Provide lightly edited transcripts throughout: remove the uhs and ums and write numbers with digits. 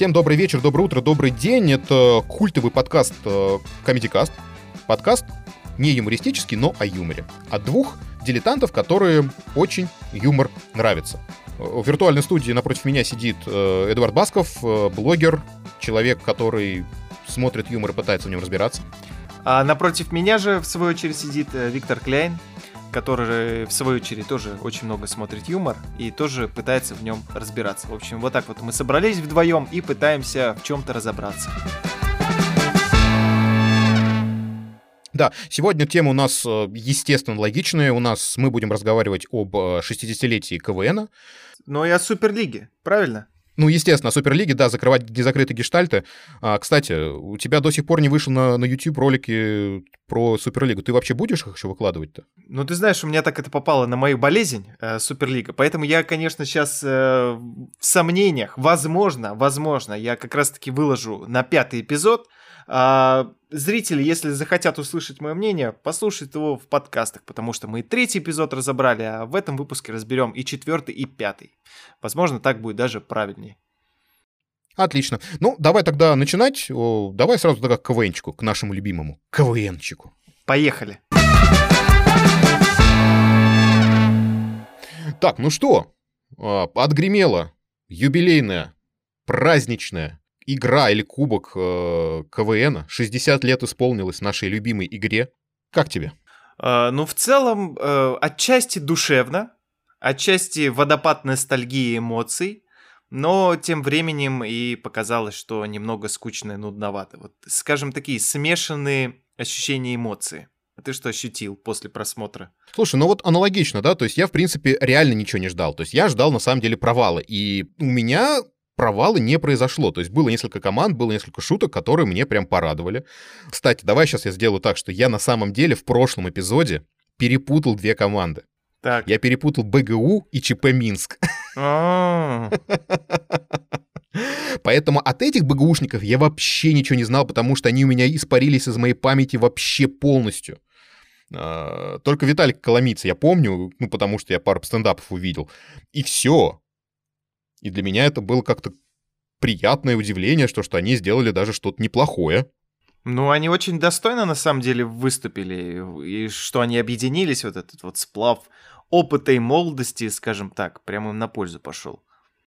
Всем добрый вечер, доброе утро, добрый день. Это культовый подкаст Comedy Cast. Подкаст не юмористический, но о юморе. От двух дилетантов, которые очень юмор нравится. В виртуальной студии напротив меня сидит Эдуард Басков, блогер, человек, который смотрит юмор и пытается в нем разбираться. А напротив меня же, в свою очередь, сидит Виктор Кляйн, который, в свою очередь, тоже очень много смотрит юмор и тоже пытается в нем разбираться. В общем, вот так вот мы собрались вдвоем и пытаемся в чем-то разобраться. Да, сегодня тема у нас, естественно, логичная. Мы будем разговаривать об 60-летии КВН. Ну и о Суперлиге, правильно? Ну, естественно, о Суперлиге, да, закрывать незакрытые гештальты. Кстати, у тебя до сих пор не вышел на YouTube ролики про Суперлигу. Ты вообще будешь их еще выкладывать-то? Ну, ты знаешь, у меня так это попало на мою болезнь, Суперлига. Поэтому я, конечно, сейчас в сомнениях. Возможно, я как раз-таки выложу на 5-й эпизод. Зрители, если захотят услышать мое мнение, послушают его в подкастах, потому что мы и 3-й эпизод разобрали, а в этом выпуске разберем и 4-й, и 5-й. Возможно, так будет даже правильнее. Отлично. Ну, давай тогда начинать. Давай сразу тогда к КВНчику, к нашему любимому КВНчику. Поехали. Так, ну что, отгремела юбилейная, праздничная игра или кубок КВН. 60 лет исполнилось нашей любимой игре. Как тебе? Ну, в целом, отчасти душевно, отчасти водопад ностальгии и эмоций, но тем временем и показалось, что немного скучно и нудновато. Вот, скажем, такие смешанные ощущения и эмоции. А ты что ощутил после просмотра? Слушай, ну вот аналогично, да, то есть я, в принципе, реально ничего не ждал. То есть я ждал, на самом деле, провала. И у меня провала не произошло. То есть было несколько команд, было несколько шуток, которые мне прям порадовали. Кстати, давай сейчас я сделаю так, что я на самом деле в прошлом эпизоде перепутал две команды. Так. Я перепутал БГУ и ЧП Минск. Поэтому от этих БГУшников я вообще ничего не знал, потому что они у меня испарились из моей памяти вообще полностью. Только Виталик Коломийца я помню, ну, потому что я пару стендапов увидел. И все. И для меня это было как-то приятное удивление, что они сделали даже что-то неплохое. Ну, они очень достойно, на самом деле, выступили, и что они объединились, вот этот вот сплав опыта и молодости, скажем так, прямо им на пользу пошел.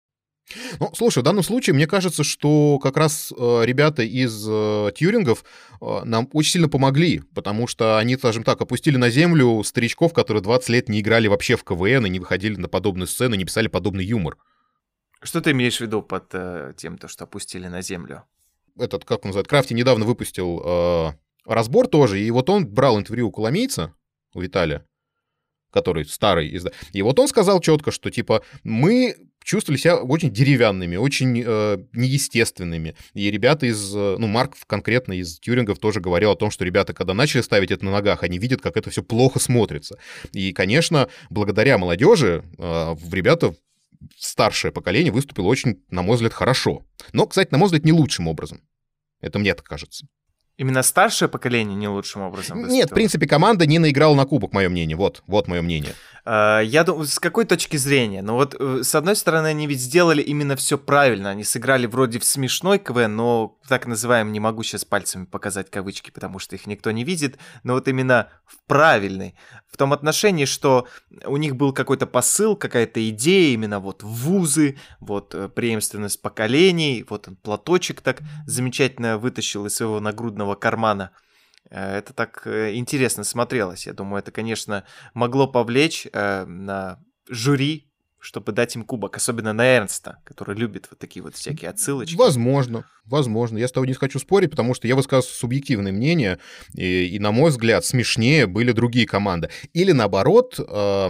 Ну, слушай, в данном случае, мне кажется, что как раз ребята из тьюрингов нам очень сильно помогли, потому что они, скажем так, опустили на землю старичков, которые 20 лет не играли вообще в КВН и не выходили на подобную сцену, не писали подобный юмор. Что ты имеешь в виду под тем, что опустили на землю? Этот, как он называется, Крафти недавно выпустил разбор тоже, и вот он брал интервью у Коломейца, у Виталия, который старый и вот он сказал четко, что типа мы чувствовали себя очень деревянными, очень неестественными. И ребята из, Марк конкретно из Тьюрингов тоже говорил о том, что ребята, когда начали ставить это на ногах, они видят, как это все плохо смотрится. И, конечно, благодаря молодежи ребята старшее поколение выступило очень, на мой взгляд, хорошо. Но, кстати, на мой взгляд, не лучшим образом. Это мне так кажется. Именно старшее поколение не лучшим образом выступило? Нет, в принципе, команда не наиграла на кубок, мое мнение. Вот мое мнение. Я думаю, с какой точки зрения? Ну вот, с одной стороны, они ведь сделали именно все правильно. Они сыграли вроде в смешной КВН, но так называемый, не могу сейчас пальцами показать кавычки, потому что их никто не видит, но вот именно в правильный. В том отношении, что у них был какой-то посыл, какая-то идея, именно вот вузы, вот преемственность поколений, вот он платочек так замечательно вытащил из своего нагрудного кармана. Это так интересно смотрелось. Я думаю, это, конечно, могло повлечь на жюри, чтобы дать им кубок. Особенно на Эрнста, который любит вот такие вот всякие отсылочки. Возможно. Я с тобой не хочу спорить, потому что я высказываю субъективное мнение, и, на мой взгляд, смешнее были другие команды. Или, наоборот,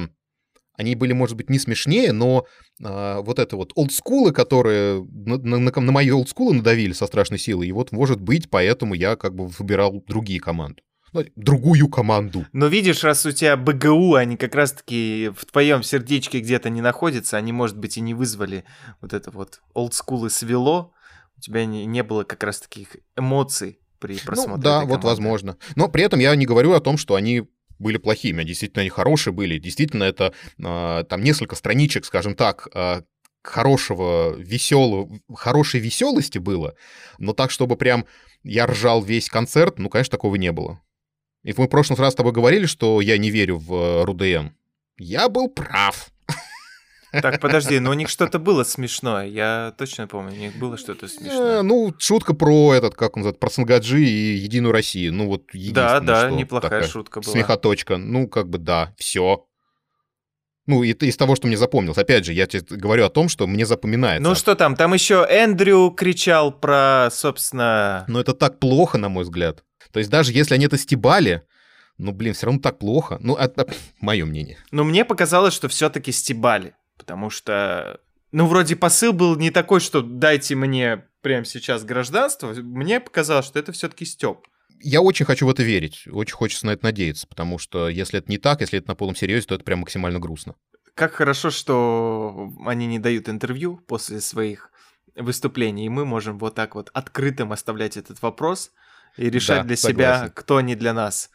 они были, может быть, не смешнее, но вот это вот олдскулы, которые на мои олдскулы надавили со страшной силой, и вот, может быть, поэтому я как бы выбирал другие команды. Другую команду. Но видишь, раз у тебя БГУ, они как раз-таки в твоем сердечке где-то не находятся, они, может быть, и не вызвали вот это вот олдскулы свело, у тебя не было как раз таких эмоций при просмотре да, этой команды. Вот возможно. Но при этом я не говорю о том, что они были плохими, действительно они хорошие были, действительно это там несколько страничек, скажем так, хорошей веселости было, но так, чтобы прям я ржал весь концерт, ну, конечно, такого не было. И мы в прошлый раз с тобой говорили, что я не верю в РУДН. Я был прав. Так, подожди, но у них что-то было смешное. Я точно помню, у них было что-то смешное. Ну, шутка про как он называется, про Сангаджи и Единую Россию. Ну, вот единственное, Да, что неплохая такая шутка была. смехоточка. Ну, как бы да, все. Ну, и из того, что мне запомнилось. Опять же, я тебе говорю о том, что мне запоминается. Ну, что там? Там еще Эндрю кричал про, собственно... Но это так плохо, на мой взгляд. То есть даже если они это стебали, ну, блин, все равно так плохо. Ну, мое мнение. Но мне показалось, что все-таки стебали. Потому что, ну, вроде посыл был не такой, что дайте мне прямо сейчас гражданство. Мне показалось, что это все-таки стёб. Я очень хочу в это верить, очень хочется на это надеяться, потому что если это не так, если это на полном серьезе, то это прям максимально грустно. Как хорошо, что они не дают интервью после своих выступлений, и мы можем вот так вот открытым оставлять этот вопрос и решать для себя, кто они для нас.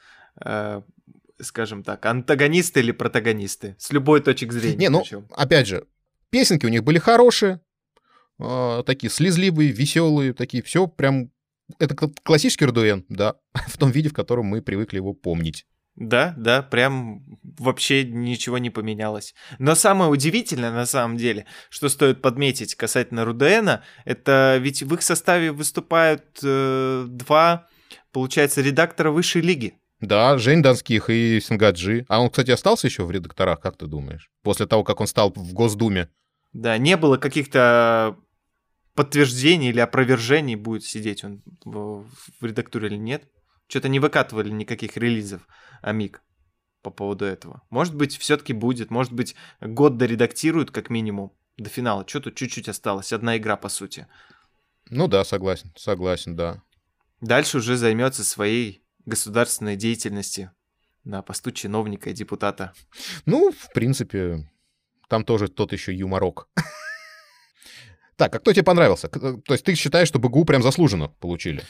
Скажем так, антагонисты или протагонисты, с любой точки зрения. Не, ну, опять же, песенки у них были хорошие, такие слезливые, веселые, такие, все прям, это классический РУДН, да, в том виде, в котором мы привыкли его помнить. Да, прям вообще ничего не поменялось. Но самое удивительное, на самом деле, что стоит подметить касательно РУДНа, это ведь в их составе выступают два, получается, редактора высшей лиги. Да, Жень Донских и Сангаджи. А он, кстати, остался еще в редакторах, как ты думаешь? После того, как он стал в Госдуме. Да, не было каких-то подтверждений или опровержений, будет сидеть он в редактуре или нет. Что-то не выкатывали никаких релизов Амиг по поводу этого. Может быть, все-таки будет. Может быть, год доредактируют, как минимум, до финала. Что тут чуть-чуть осталось. Одна игра, по сути. Ну да, согласен, да. Дальше уже займется своей государственной деятельности на посту чиновника и депутата. Ну, в принципе, там тоже тот еще юморок. Так, а кто тебе понравился? То есть ты считаешь, что БГУ прям заслуженно получили?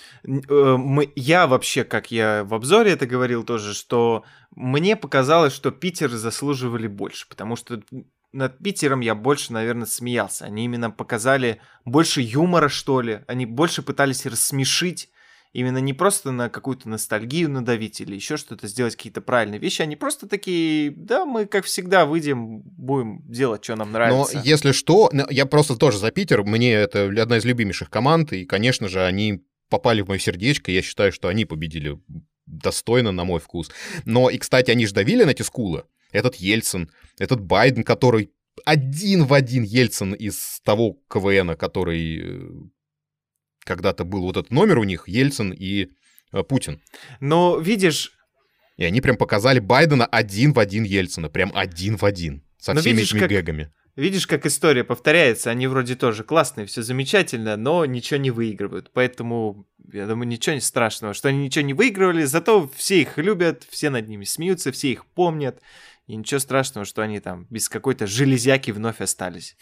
Я вообще, как я в обзоре это говорил тоже, что мне показалось, что Питер заслуживали больше, потому что над Питером я больше, наверное, смеялся. Они именно показали больше юмора, что ли. Они больше пытались рассмешить. Именно не просто на какую-то ностальгию надавить или еще что-то, сделать какие-то правильные вещи. Они просто такие, да, мы, как всегда, выйдем, будем делать, что нам нравится. Но если что, я просто тоже за Питер. Мне это одна из любимейших команд. И, конечно же, они попали в мое сердечко. Я считаю, что они победили достойно, на мой вкус. Но, и, кстати, они же давили на эти скулы. Этот Ельцин, этот Байден, который один в один Ельцин из того КВНа, который... Когда-то был вот этот номер у них, Ельцин и Путин. Но, видишь... И они прям показали Байдена один в один Ельцина. Прям один в один. Со всеми этими гэгами. Видишь, как история повторяется. Они вроде тоже классные, все замечательно, но ничего не выигрывают. Поэтому, я думаю, ничего не страшного, что они ничего не выигрывали. Зато все их любят, все над ними смеются, все их помнят. И ничего страшного, что они там без какой-то железяки вновь остались.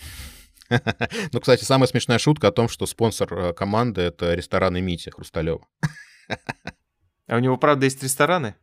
Ну, кстати, самая смешная шутка о том, что спонсор команды — это рестораны Мити Хрусталева. А у него, правда, есть рестораны?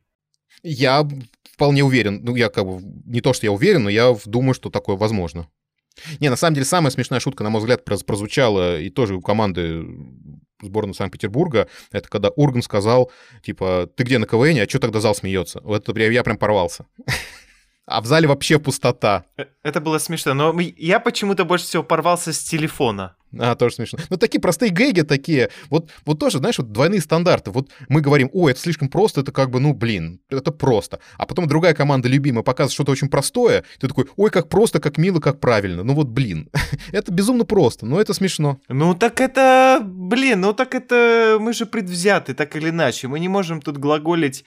Я вполне уверен. Ну, я как бы... Не то, что я уверен, но я думаю, что такое возможно. Не, на самом деле, самая смешная шутка, на мой взгляд, прозвучала и тоже у команды сборной Санкт-Петербурга. Это когда Ургант сказал, типа, ты где на КВНе, а что тогда зал смеется? Вот это я прям порвался. А в зале вообще пустота. Это было смешно, но я почему-то больше всего порвался с телефона. Тоже смешно. Ну, такие простые гэги такие. Вот тоже, знаешь, вот двойные стандарты. Вот мы говорим, ой, это слишком просто, это как бы, ну, блин, это просто. А потом другая команда любимая показывает что-то очень простое. Ты такой, ой, как просто, как мило, как правильно. Ну вот, блин, это безумно просто, но это смешно. Ну так это, блин, ну так это мы же предвзяты, так или иначе. Мы не можем тут глаголить,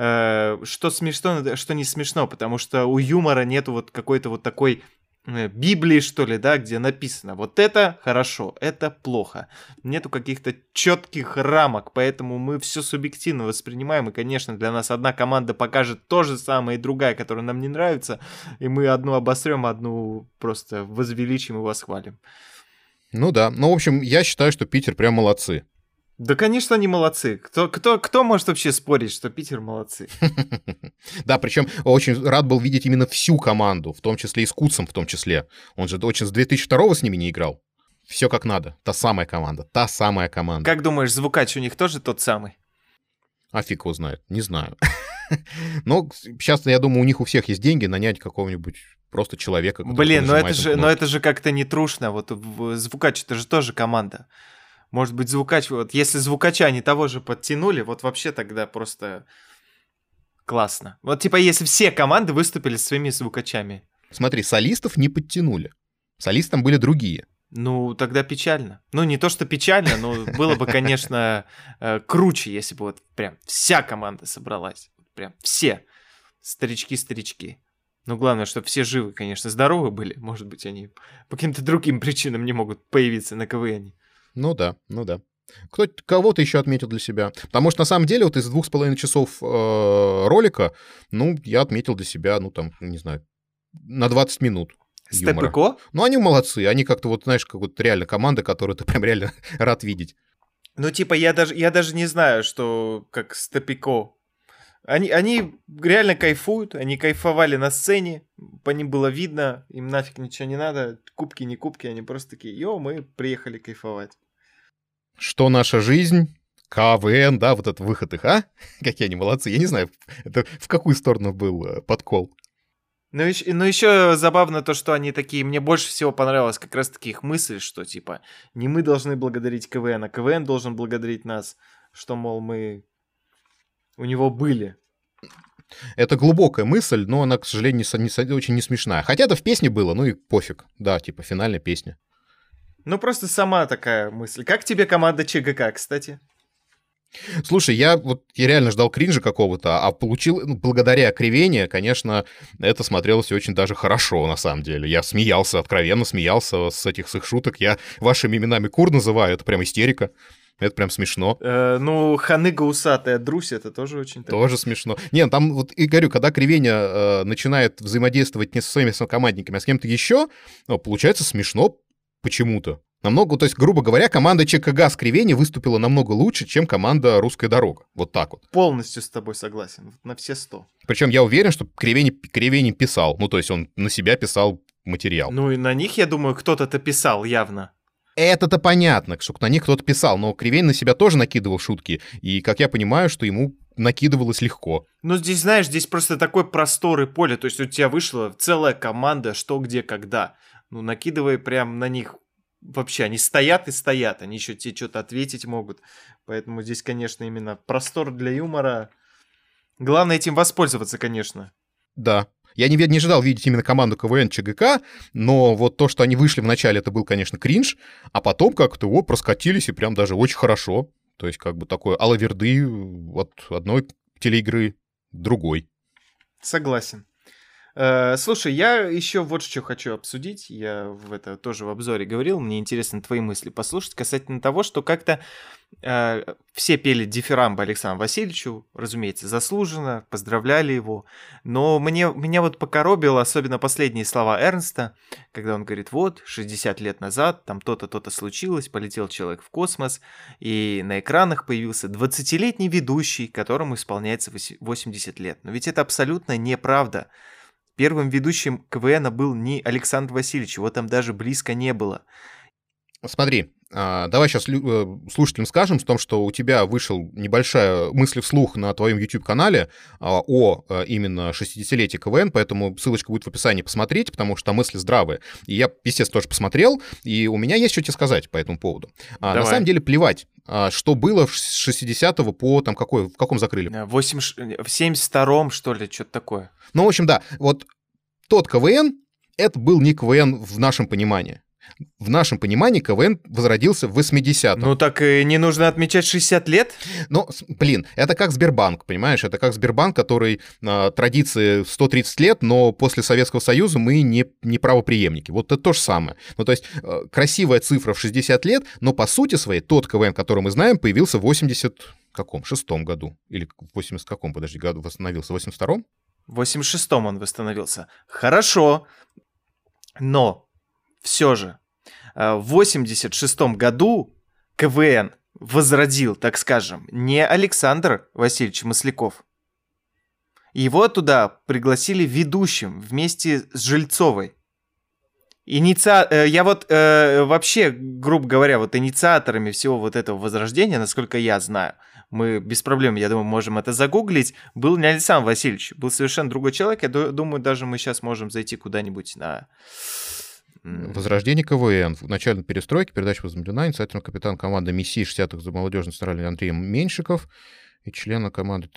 что смешно, что не смешно, потому что у юмора нету вот какой-то вот такой... Библии, что ли, да, где написано, вот это хорошо, это плохо. Нету каких-то четких рамок, поэтому мы все субъективно воспринимаем, и, конечно, для нас одна команда покажет то же самое, и другая, которая нам не нравится, и мы одну обосрем, одну просто возвеличим и восхвалим. Ну да, ну, в общем, я считаю, что Питер прям молодцы. Да, конечно, они молодцы. Кто может вообще спорить, что Питер молодцы? Да, причем очень рад был видеть именно всю команду, в том числе и с Куцем в том числе. Он же очень с 2002-го с ними не играл. Все как надо. Та самая команда. Как думаешь, звукач у них тоже тот самый? А фиг его знает, не знаю. Но сейчас, я думаю, у них у всех есть деньги нанять какого-нибудь просто человека, который Блин, но нажимает это же как-то не трушно. Вот звукач, это же тоже команда. Может быть, звукач... Вот если звукача они того же подтянули, вот вообще тогда просто классно. Вот типа если все команды выступили со своими звукачами. Смотри, солистов не подтянули. Солистам были другие. Ну, тогда печально. Ну, не то, что печально, но было бы, конечно, круче, если бы вот прям вся команда собралась. Прям все. Старички-старички. Но главное, чтобы все живы, конечно, здоровы были. Может быть, они по каким-то другим причинам не могут появиться на КВН. Ну да. Кого-то еще отметил для себя. Потому что, на самом деле, вот из 2,5 часов ролика, ну, я отметил для себя, ну, там, не знаю, на 20 минут. Степ и Ко? Ну, они молодцы. Они как-то вот, знаешь, как вот реально команда, которую ты прям реально рад видеть. Ну, типа, я даже не знаю, что как Степ и Ко. Они реально кайфуют, они кайфовали на сцене, по ним было видно, им нафиг ничего не надо, кубки, не кубки, они просто такие, мы приехали кайфовать. Что наша жизнь? КВН, да, вот этот выход их, а? Какие они молодцы. Я не знаю, это в какую сторону был подкол. Ну, еще забавно то, что они такие... Мне больше всего понравилась как раз-таки их мысль, что, типа, не мы должны благодарить КВН, а КВН должен благодарить нас, что, мол, мы у него были. Это глубокая мысль, но она, к сожалению, очень не смешная. Хотя это в песне было, ну и пофиг. Да, типа, финальная песня. Ну, просто сама такая мысль. Как тебе команда ЧГК, кстати? Слушай, я реально ждал кринжа какого-то, а получил, благодаря кривению, конечно, это смотрелось очень даже хорошо, на самом деле. Я смеялся, откровенно смеялся с их шуток. Я вашими именами кур называю, это прям истерика. Это прям смешно. Ну, ханыга усатая Друся, это тоже очень... Тоже смешно. Не, там вот, и говорю, когда Кривеня начинает взаимодействовать не со своими сокомандниками, а с кем-то еще, получается смешно почему-то. Намного, то есть, грубо говоря, команда ЧКГ с Кривени выступила намного лучше, чем команда «Русская дорога». Вот так вот. Полностью с тобой согласен, на все 100. Причем я уверен, что Кривени писал, ну, то есть он на себя писал материал. Ну и на них, я думаю, кто-то писал явно. Это-то понятно, что на них кто-то писал, но Кривень на себя тоже накидывал шутки, и, как я понимаю, что ему накидывалось легко. Ну, здесь, знаешь, здесь просто такой простор и поле, то есть у тебя вышла целая команда, что, где, когда. Ну, накидывай прям на них. Вообще, они стоят и стоят, они еще тебе что-то ответить могут. Поэтому здесь, конечно, именно простор для юмора. Главное этим воспользоваться, конечно. Да. Я не ожидал видеть именно команду КВН ЧГК, но вот то, что они вышли в начале, это был, конечно, кринж, а потом как-то проскатились и прям даже очень хорошо. То есть как бы такое алаверды от одной телеигры к другой. Согласен. Слушай, я еще вот что хочу обсудить. Я тоже в обзоре говорил. Мне интересно твои мысли послушать касательно того, что как-то все пели дифирамбы Александру Васильевичу, разумеется, заслуженно, поздравляли его. Но меня вот покоробило, особенно последние слова Эрнста, когда он говорит, вот, 60 лет назад там то-то, то-то случилось, полетел человек в космос, и на экранах появился 20-летний ведущий, которому исполняется 80 лет. Но ведь это абсолютно неправда. Первым ведущим КВН был не Александр Васильевич, его там даже близко не было. Смотри, давай сейчас слушателям скажем, что у тебя вышел небольшая мысль вслух на твоем YouTube-канале о именно 60-летии КВН, поэтому ссылочка будет в описании, посмотреть, потому что там мысли здравые. И я, естественно, тоже посмотрел, и у меня есть что тебе сказать по этому поводу. На самом деле плевать, что было с 60-го по там в каком закрыли? В 72-м, что ли, что-то такое. Ну, в общем, да, вот тот КВН, это был не КВН в нашем понимании. В нашем понимании КВН возродился в 80-м. Ну так и не нужно отмечать 60 лет? Ну, блин, это как Сбербанк, понимаешь? Это как Сбербанк, который традиции 130 лет, но после Советского Союза мы не правопреемники. Вот это то же самое. Ну, то есть красивая цифра в 60 лет, но по сути своей тот КВН, который мы знаем, появился в 86-м году. Или в 80 каком, подожди, году восстановился? В 82-м? В 86-м он восстановился. Хорошо, но... Все же, в 86-м году КВН возродил, так скажем, не Александр Васильевич Масляков. Его туда пригласили ведущим вместе с Жильцовой. Я вот вообще, грубо говоря, вот инициаторами всего вот этого возрождения, насколько я знаю, мы без проблем, я думаю, можем это загуглить, был не Александр Васильевич, был совершенно другой человек. Я думаю, даже мы сейчас можем зайти куда-нибудь на... Возрождение КВН. В начальной перестройке передача возбуждена инициатором капитан команды МИСИ 60-х за молодежный национальный Андрей Меньшиков и члена команды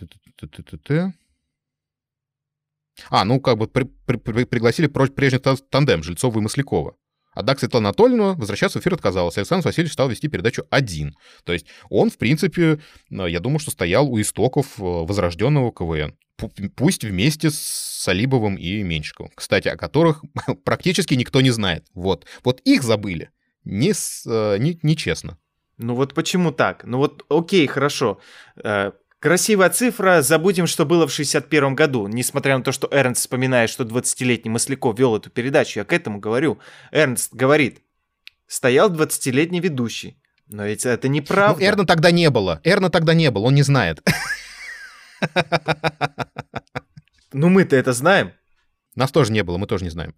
пригласили прежний тандем Жильцова и Маслякова. Однако Светлана Анатольевна возвращаться в эфир отказалась. Александр Васильевич стал вести передачу один. То есть он, в принципе, я думаю, что стоял у истоков возрожденного КВН. Пусть вместе с Алибовым и Меньшиковым. Кстати, о которых практически никто не знает. Вот их забыли. Нечестно. Ну вот почему так? Ну вот окей, хорошо. Красивая цифра, забудем, что было в 61 году. Несмотря на то, что Эрнст вспоминает, что 20-летний Масляков вел эту передачу, я к этому говорю. Эрнст говорит, стоял 20-летний ведущий. Но ведь это неправда. Ну, Эрна тогда не было, он не знает. Ну мы-то это знаем. Нас тоже не было, мы тоже не знаем.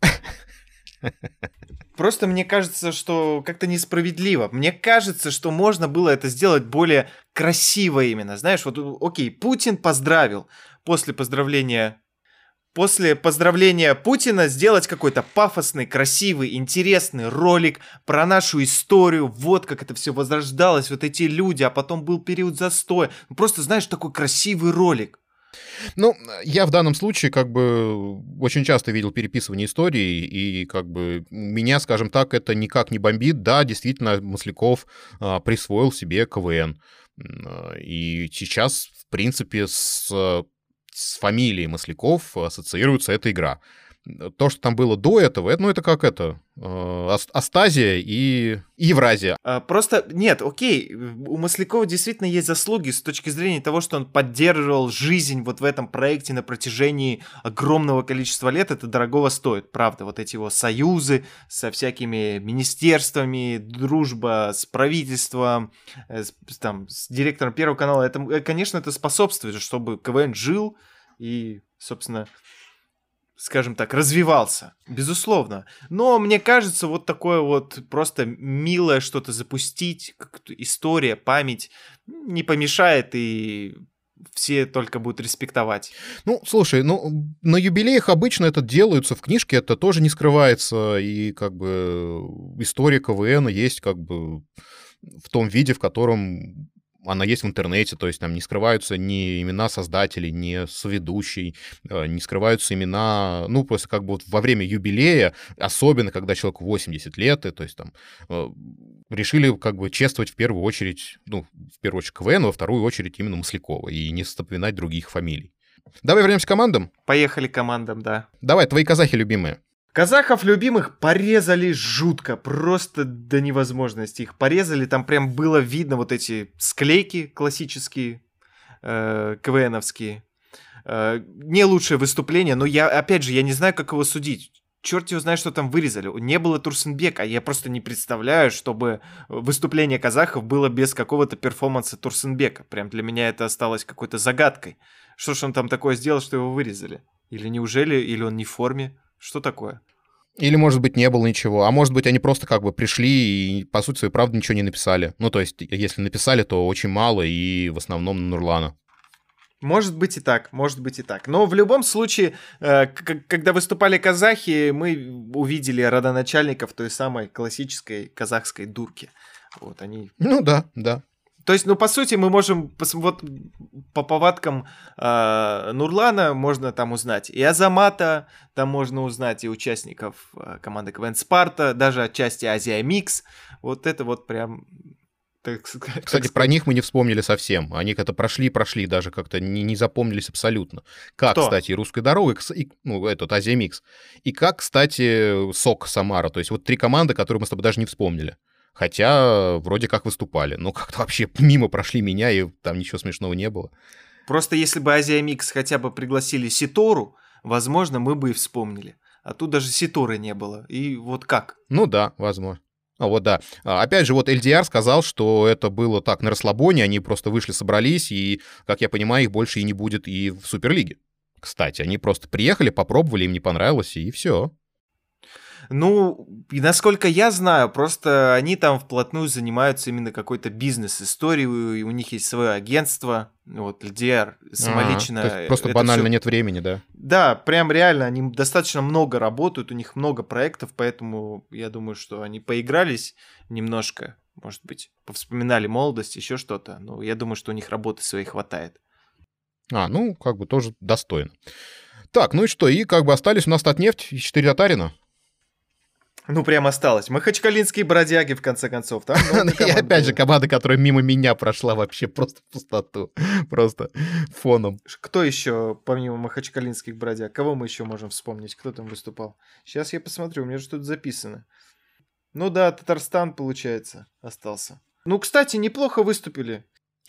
Просто мне кажется, что как-то несправедливо. Мне кажется, что можно было это сделать более красиво именно. Знаешь, вот окей, Путин поздравил. После поздравления Путина сделать какой-то пафосный, красивый, интересный ролик про нашу историю. Вот как это все возрождалось, вот эти люди, а потом был период застоя. Просто, знаешь, такой красивый ролик. Ну, я в данном случае как бы очень часто видел переписывание истории, и как бы меня, скажем так, это никак не бомбит. Да, действительно, Масляков присвоил себе КВН. И сейчас, в принципе, с фамилией Масляков ассоциируется эта игра. То, что там было до этого, это как Астазия и Евразия. Просто, нет, окей, у Маслякова действительно есть заслуги с точки зрения того, что он поддерживал жизнь вот в этом проекте на протяжении огромного количества лет. Это дорогого стоит, правда. Вот эти его союзы со всякими министерствами, дружба с правительством, с директором Первого канала. Это, конечно, это способствует, чтобы КВН жил и, собственно... скажем так, развивался, безусловно. Но мне кажется, вот такое вот просто милое что-то запустить, как-то история, память не помешает, и все только будут респектовать. Ну, слушай, на юбилеях обычно это делаются, в книжке это тоже не скрывается, и как бы история КВН есть как бы в том виде, в котором... она есть в интернете, то есть там не скрываются ни имена создателей, ни соведущий, не скрываются имена, ну, просто как бы вот во время юбилея, особенно когда человеку 80 лет, то есть там решили как бы чествовать в первую очередь КВН, во вторую очередь именно Маслякова, и не вспоминать других фамилий. Давай вернемся к командам. Поехали к командам, да. Давай, твои казахи любимые. Казахов любимых порезали жутко, просто до невозможности. Их порезали, там прям было видно вот эти склейки классические, КВНовские. Не лучшее выступление, но опять же, я не знаю, как его судить. Черт его знает, что там вырезали. Не было Турсенбека, я просто не представляю, чтобы выступление казахов было без какого-то перформанса Турсенбека. Прям для меня это осталось какой-то загадкой. Что ж он там такое сделал, что его вырезали? Или он не в форме? Что такое? Или, может быть, не было ничего. А может быть, они просто как бы пришли и, по сути своей, правда, ничего не написали. Ну, то есть, если написали, то очень мало и в основном на Нурлана. Может быть и так, может быть и так. Но в любом случае, когда выступали казахи, мы увидели родоначальников той самой классической казахской дурки. Вот они... Ну да, да. То есть, по сути, мы можем вот по повадкам Нурлана можно там узнать и Азамата, там можно узнать и участников команды КВН Спарта, даже отчасти Азия Микс. Вот это вот прям... Кстати, про них мы не вспомнили совсем. Они как-то прошли, даже как-то не запомнились абсолютно. Как, Кто? Кстати, и «Русская дорога», Азия Микс. И как, кстати, СОК Самара. То есть вот три команды, которые мы с тобой даже не вспомнили. Хотя вроде как выступали. Но как-то вообще мимо прошли меня, и там ничего смешного не было. Просто если бы Азия Микс хотя бы пригласили Ситору, возможно, мы бы и вспомнили. А тут даже Ситоры не было. И вот как? Ну да, возможно. Вот да. Опять же, вот LDR сказал, что это было так, на расслабоне, они просто вышли, собрались, и, как я понимаю, их больше и не будет и в Суперлиге. Кстати, они просто приехали, попробовали, им не понравилось, и все. Ну, и насколько я знаю, просто они там вплотную занимаются именно какой-то бизнес-историей, у них есть свое агентство, вот, LDR, самолично. То есть просто банально нет времени, да? Да, прям реально, они достаточно много работают, у них много проектов, поэтому я думаю, что они поигрались немножко, может быть, повспоминали молодость, еще что-то, но я думаю, что у них работы своей хватает. Ну, как бы тоже достойно. Так, ну и что, и как бы остались у нас Татнефть и 4 Татарина. Ну, прям осталось. Махачкалинские бродяги, в конце концов. Там и опять же, команда, которая мимо меня прошла вообще просто в пустоту. Просто фоном. Кто еще, помимо махачкалинских бродяг? Кого мы еще можем вспомнить? Кто там выступал? Сейчас я посмотрю, у меня же тут записано. Ну да, Татарстан, получается, остался. Ну, кстати, неплохо выступили.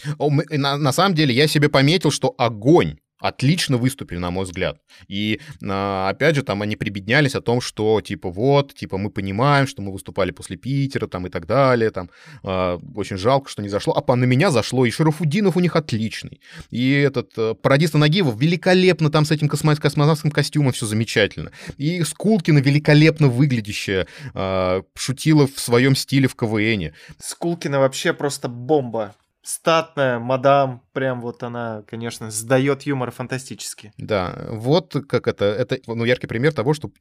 На самом деле, я себе пометил, что огонь отлично выступили, на мой взгляд. И, опять же, там они прибеднялись о том, что, типа, вот, типа, мы понимаем, что мы выступали после Питера, там, и так далее, там, очень жалко, что не зашло. А на меня зашло, и Шарафуддинов у них отличный. И этот пародист Нагиев великолепно там с этим космонавтским костюмом, все замечательно. И Скулкина великолепно выглядящая, шутила в своем стиле в КВНе. Скулкина вообще просто бомба. Статная, мадам, прям вот она, конечно, сдает юмор фантастически. Да, вот как это ну, яркий пример того, что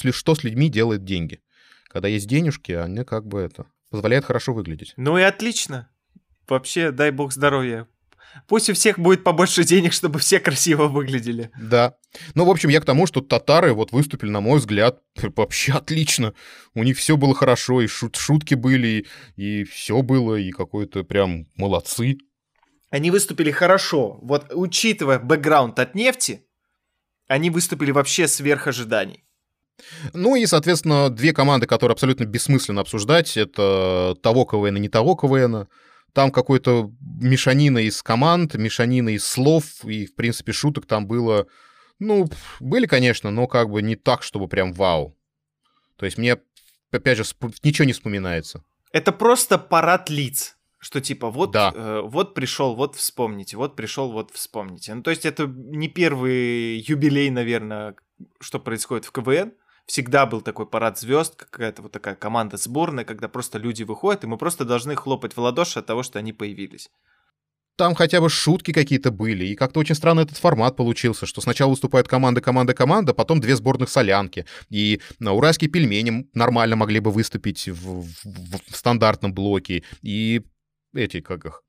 с людьми делает деньги. Когда есть денежки, они как бы это позволяют хорошо выглядеть. Ну и отлично. Вообще, дай бог здоровья. Пусть у всех будет побольше денег, чтобы все красиво выглядели. Да. Ну, в общем, я к тому, что татары вот выступили, на мой взгляд, вообще отлично. У них все было хорошо, и шутки были, и все было, и какой-то прям молодцы. Они выступили хорошо. Вот учитывая бэкграунд от нефти, они выступили вообще сверх ожиданий. Ну и, соответственно, две команды, которые абсолютно бессмысленно обсуждать, это того КВН и не того КВН. Там какой-то мешанина из команд, мешанина из слов, и, в принципе, шуток там было... Ну, были, конечно, но как бы не так, чтобы прям вау. То есть мне, опять же, ничего не вспоминается. Это просто парад лиц. Что типа, вот, да. Вот пришел, вот вспомните, вот пришел, вот вспомните. Ну, то есть это не первый юбилей, наверное, что происходит в КВН. Всегда был такой парад звезд, какая-то вот такая команда сборная, когда просто люди выходят, и мы просто должны хлопать в ладоши от того, что они появились. Там хотя бы шутки какие-то были, и как-то очень странно этот формат получился, что сначала выступает команда, потом две сборных солянки, и на уральские пельмени нормально могли бы выступить в стандартном блоке, и эти, как их,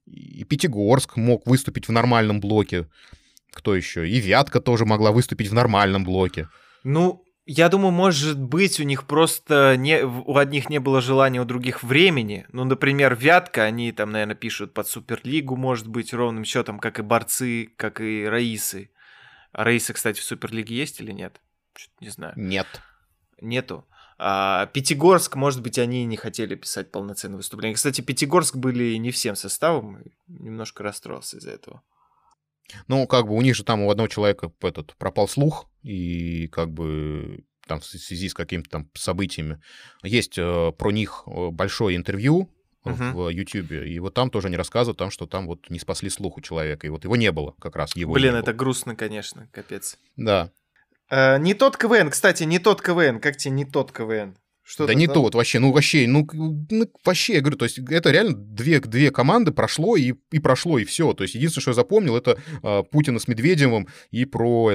и Пятигорск мог выступить в нормальном блоке, кто еще, и Вятка тоже могла выступить в нормальном блоке. Ну, я думаю, может быть, у них просто у одних не было желания, у других времени. Ну, например, Вятка, они там, наверное, пишут под Суперлигу, может быть, ровным счетом, как и борцы, как и Раисы. А Раиса, кстати, в Суперлиге есть или нет? Что-то не знаю. Нет. Нету. А Пятигорск, может быть, они не хотели писать полноценное выступление. Кстати, Пятигорск были не всем составом, немножко расстроился из-за этого. Ну, как бы у них же там у одного человека пропал слух, и как бы там в связи с какими-то там событиями есть про них большое интервью в Ютьюбе, и вот там тоже они рассказывают, там, что там вот не спасли слух у человека, и вот его не было как раз, его Блин, не это было. грустно, конечно, капец. Да. Не тот КВН, кстати, не тот КВН. Как тебе не тот КВН? Да не тот вообще, вообще, я говорю, то есть это реально две команды прошло и прошло, и все. То есть единственное, что я запомнил, это Путина с Медведевым и про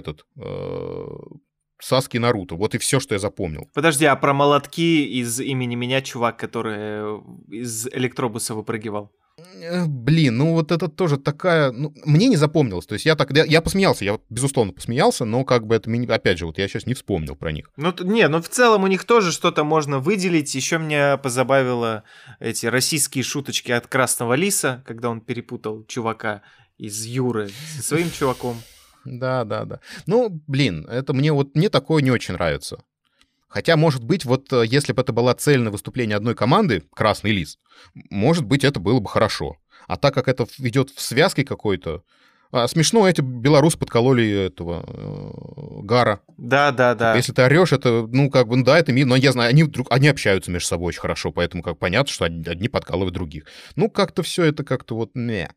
Саски и Наруто. Вот и все, что я запомнил. Подожди, а про молотки из «Имени меня» чувак, который из электробуса выпрыгивал? Блин, ну вот это тоже такая... Ну, мне не запомнилось. То есть я посмеялся, я безусловно посмеялся, но как бы это... Опять же, вот я сейчас не вспомнил про них. Ну в целом у них тоже что-то можно выделить. Еще меня позабавило эти российские шуточки от Красного Лиса, когда он перепутал чувака из Юры со своим чуваком. Да. Ну, блин, это мне такое не очень нравится. Хотя, может быть, вот если бы это было цельное выступление одной команды, Красный Лис, может быть, это было бы хорошо. А так как это идет в связке какой-то, Смешно, эти белорусы подкололи этого Гара. Да. Типа, если ты орешь, это, ну, как бы, ну, да, это мило, но я знаю, они общаются между собой очень хорошо, поэтому как понятно, что одни подкалывают других. Ну, как-то все это как-то вот, мне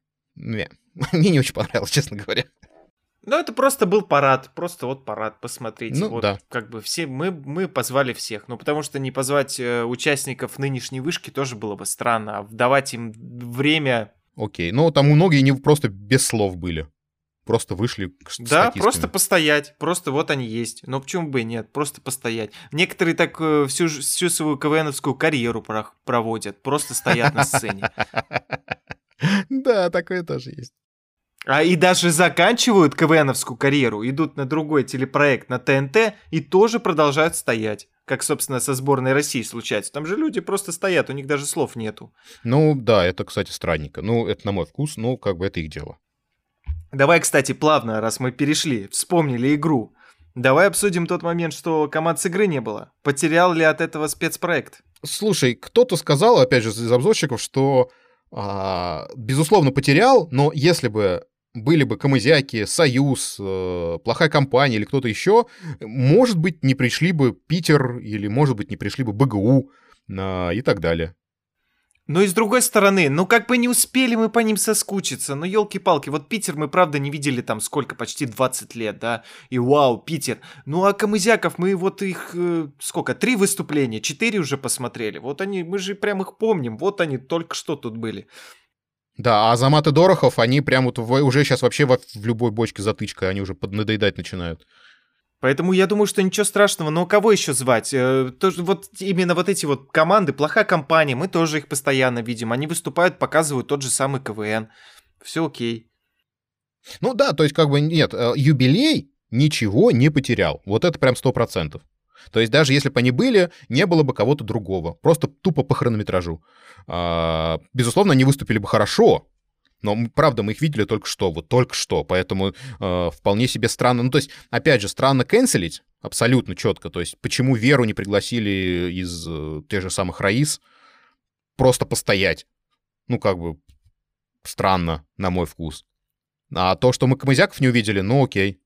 не очень понравилось, честно говоря. Ну, это просто был парад, просто вот парад, посмотрите. Ну, вот, да. как бы все, мы позвали всех, ну, потому что не позвать участников нынешней вышки тоже было бы странно, а давать им время... Окей, ну, там многие не просто без слов были. Просто вышли с Да, статистами. просто постоять, просто вот они есть. Но почему бы и нет, просто постоять. Некоторые так всю свою КВНовскую карьеру проводят, просто стоят на сцене. Да, такое тоже есть. И даже заканчивают КВНовскую карьеру, идут на другой телепроект на ТНТ и тоже продолжают стоять. Как, собственно, со сборной России случается. Там же люди просто стоят, у них даже слов нету. Ну, да, это, кстати, странненько. Ну, это на мой вкус, но как бы это их дело. Давай, кстати, плавно, раз мы перешли, вспомнили игру. Давай обсудим тот момент, что команд с игры не было. Потерял ли от этого спецпроект? Слушай, кто-то сказал, опять же, из обзорщиков, что, безусловно, потерял, но если бы были бы Камызяки, Союз, плохая компания или кто-то еще, может быть, не пришли бы Питер или, может быть, не пришли бы БГУ и так далее. Но и с другой стороны, ну как бы не успели мы по ним соскучиться, ну елки-палки, вот Питер мы правда не видели там сколько, почти 20 лет, да, и вау, Питер. Ну а Камызяков мы вот их, сколько, 3 выступления, 4 уже посмотрели, вот они, мы же прям их помним, вот они только что тут были. Да, а Азамат и Дорохов, они прям вот уже сейчас вообще в любой бочке затычка, они уже поднадоедать начинают. Поэтому я думаю, что ничего страшного, но кого еще звать? Тоже вот именно вот эти вот команды, плохая компания, мы тоже их постоянно видим. Они выступают, показывают тот же самый КВН. Все окей. Ну да, то есть как бы нет, юбилей ничего не потерял. Вот это прям 100%. То есть даже если бы они были, не было бы кого-то другого. Просто тупо по хронометражу. Безусловно, они выступили бы хорошо, но, правда, мы их видели только что, поэтому вполне себе странно. Ну, то есть, опять же, странно канцелить, абсолютно четко. То есть, почему Веру не пригласили из тех же самых Раис просто постоять? Ну, как бы, странно, на мой вкус. А то, что мы Камызяков не увидели, ну, окей.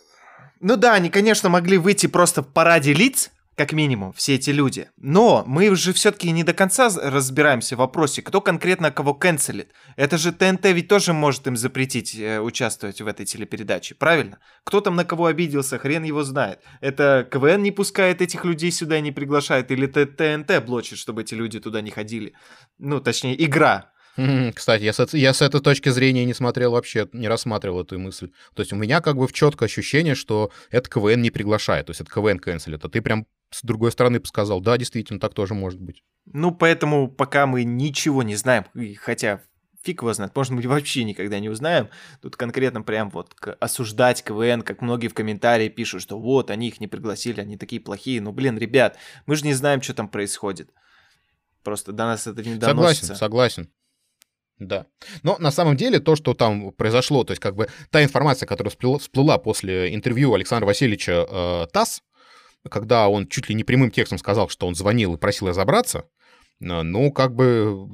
Ну да, они, конечно, могли выйти просто в параде лиц, как минимум, все эти люди. Но мы уже все-таки не до конца разбираемся в вопросе, кто конкретно кого канцелит. Это же ТНТ ведь тоже может им запретить участвовать в этой телепередаче, правильно? Кто там на кого обиделся, хрен его знает. Это КВН не пускает этих людей сюда, не приглашает, или ТНТ блочит, чтобы эти люди туда не ходили. Ну, точнее, игра. Кстати, я с этой точки зрения не смотрел вообще, не рассматривал эту мысль. То есть у меня как бы четкое ощущение, что это КВН не приглашает, то есть это КВН канцелит, а ты прям с другой стороны сказал, да, действительно, так тоже может быть. Ну, поэтому пока мы ничего не знаем, хотя фиг его знает, может быть, вообще никогда не узнаем, тут конкретно прям вот осуждать КВН, как многие в комментарии пишут, что вот, они их не пригласили, они такие плохие. Ну, блин, ребят, мы же не знаем, что там происходит. Просто до нас это не доносится. Согласен. Да. Но на самом деле то, что там произошло, то есть как бы та информация, которая всплыла после интервью Александра Васильевича ТАСС, когда он чуть ли не прямым текстом сказал, что он звонил и просил разобраться, ну, как бы,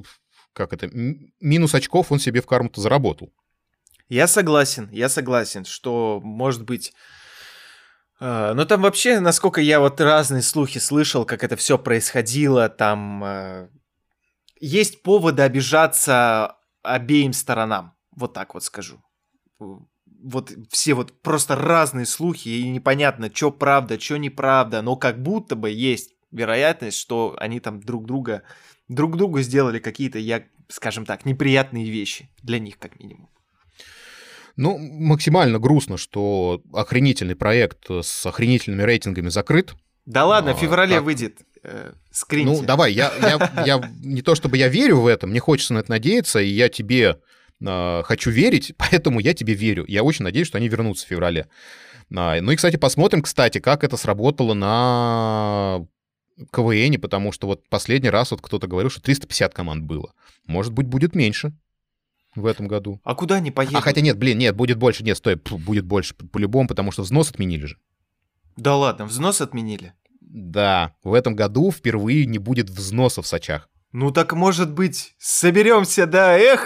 минус очков он себе в карму-то заработал. Я согласен, что, может быть... Ну, там вообще, насколько я вот разные слухи слышал, как это все происходило, там... Есть поводы обижаться обеим сторонам, вот так вот скажу. Вот все вот просто разные слухи, и непонятно, что правда, что неправда, но как будто бы есть вероятность, что они там друг другу сделали какие-то, скажем так, неприятные вещи, для них как минимум. Ну, максимально грустно, что охренительный проект с охренительными рейтингами закрыт. Да ладно, в феврале выйдет. Скриньте. Ну, давай, я не то чтобы я верю в это, мне хочется на это надеяться, и я тебе хочу верить, поэтому я тебе верю. Я очень надеюсь, что они вернутся в феврале. Ну и, кстати, посмотрим, как это сработало на КВНе, потому что вот последний раз вот кто-то говорил, что 350 команд было. Может быть, будет меньше в этом году. А куда они поедут? Хотя нет, будет больше. Нет, стой, будет больше по-любому, потому что взнос отменили же. Да ладно, взнос отменили? Да, в этом году впервые не будет взноса в Сочах. Ну так, может быть, соберемся, да, эх?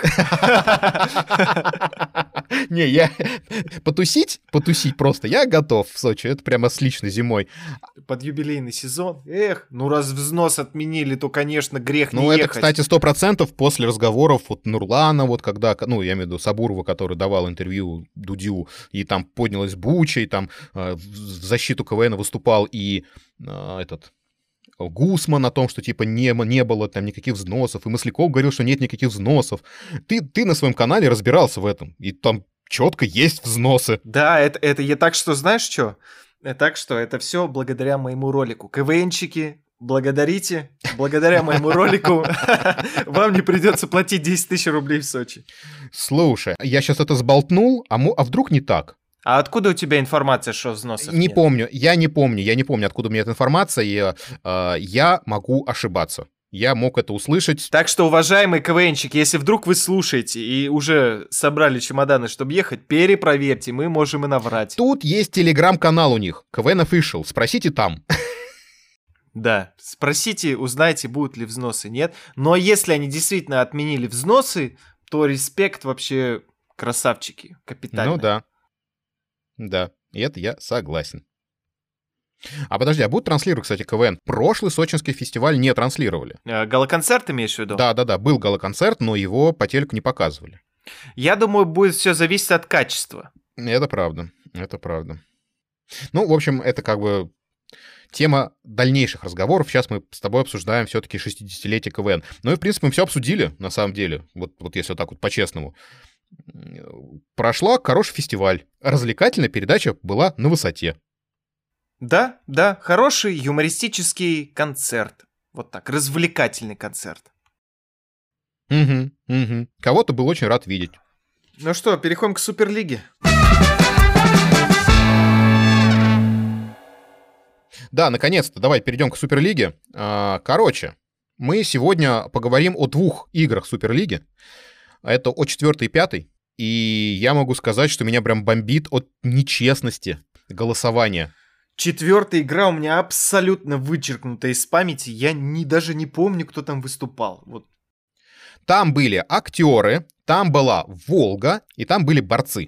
Не, я потусить просто, я готов в Сочи, это прямо отлично зимой. Под юбилейный сезон, эх, ну раз взнос отменили, то, конечно, грех не Ну, это, ехать. кстати, 100% после разговоров вот Нурлана, вот когда, ну, я имею в виду Сабурова, который давал интервью Дудю, и там поднялась буча, и там в защиту КВН выступал и этот... Гусман о том, что типа не было там никаких взносов, и Масляков говорил, что нет никаких взносов. Ты на своем канале разбирался в этом, и там четко есть взносы. Да, это я так что, знаешь что? Так что это все благодаря моему ролику. КВНчики, благодарите, благодаря моему ролику вам не придется платить 10 тысяч рублей в Сочи. Слушай, я сейчас это сболтнул, а вдруг не так? А откуда у тебя информация, что взносов Не нет? помню, я не помню, откуда у меня эта информация, и я могу ошибаться. Я мог это услышать. Так что, уважаемые КВНчики, если вдруг вы слушаете и уже собрали чемоданы, чтобы ехать, перепроверьте, мы можем и наврать. Тут есть телеграм-канал у них, KVN Official, спросите там. Да, спросите, узнайте, будут ли взносы, нет. Но если они действительно отменили взносы, то респект вообще красавчики, капитально. Ну да. Да, и это я согласен. А подожди, а будут транслировать, кстати, КВН? Прошлый сочинский фестиваль не транслировали. Галоконцерт имеешь в виду? Да, был галоконцерт, но его по телеку не показывали. Я думаю, будет все зависеть от качества. Это правда. Ну, в общем, это как бы тема дальнейших разговоров. Сейчас мы с тобой обсуждаем все-таки 60-летие КВН. Ну и, в принципе, мы все обсудили, на самом деле. Вот если вот так вот по-честному. Прошла хороший фестиваль. Развлекательная передача была на высоте. Да, хороший юмористический концерт. Вот так, развлекательный концерт. Угу. Кого-то был очень рад видеть. Ну что, переходим к Суперлиге. Да, наконец-то, давай перейдем к Суперлиге. Короче, мы сегодня поговорим о 2 играх Суперлиги. Это о 4-й и 5-й. И я могу сказать, что меня прям бомбит от нечестности голосования. 4-я игра у меня абсолютно вычеркнута из памяти. Я даже не помню, кто там выступал. Вот. Там были актеры, там была Волга, и там были борцы.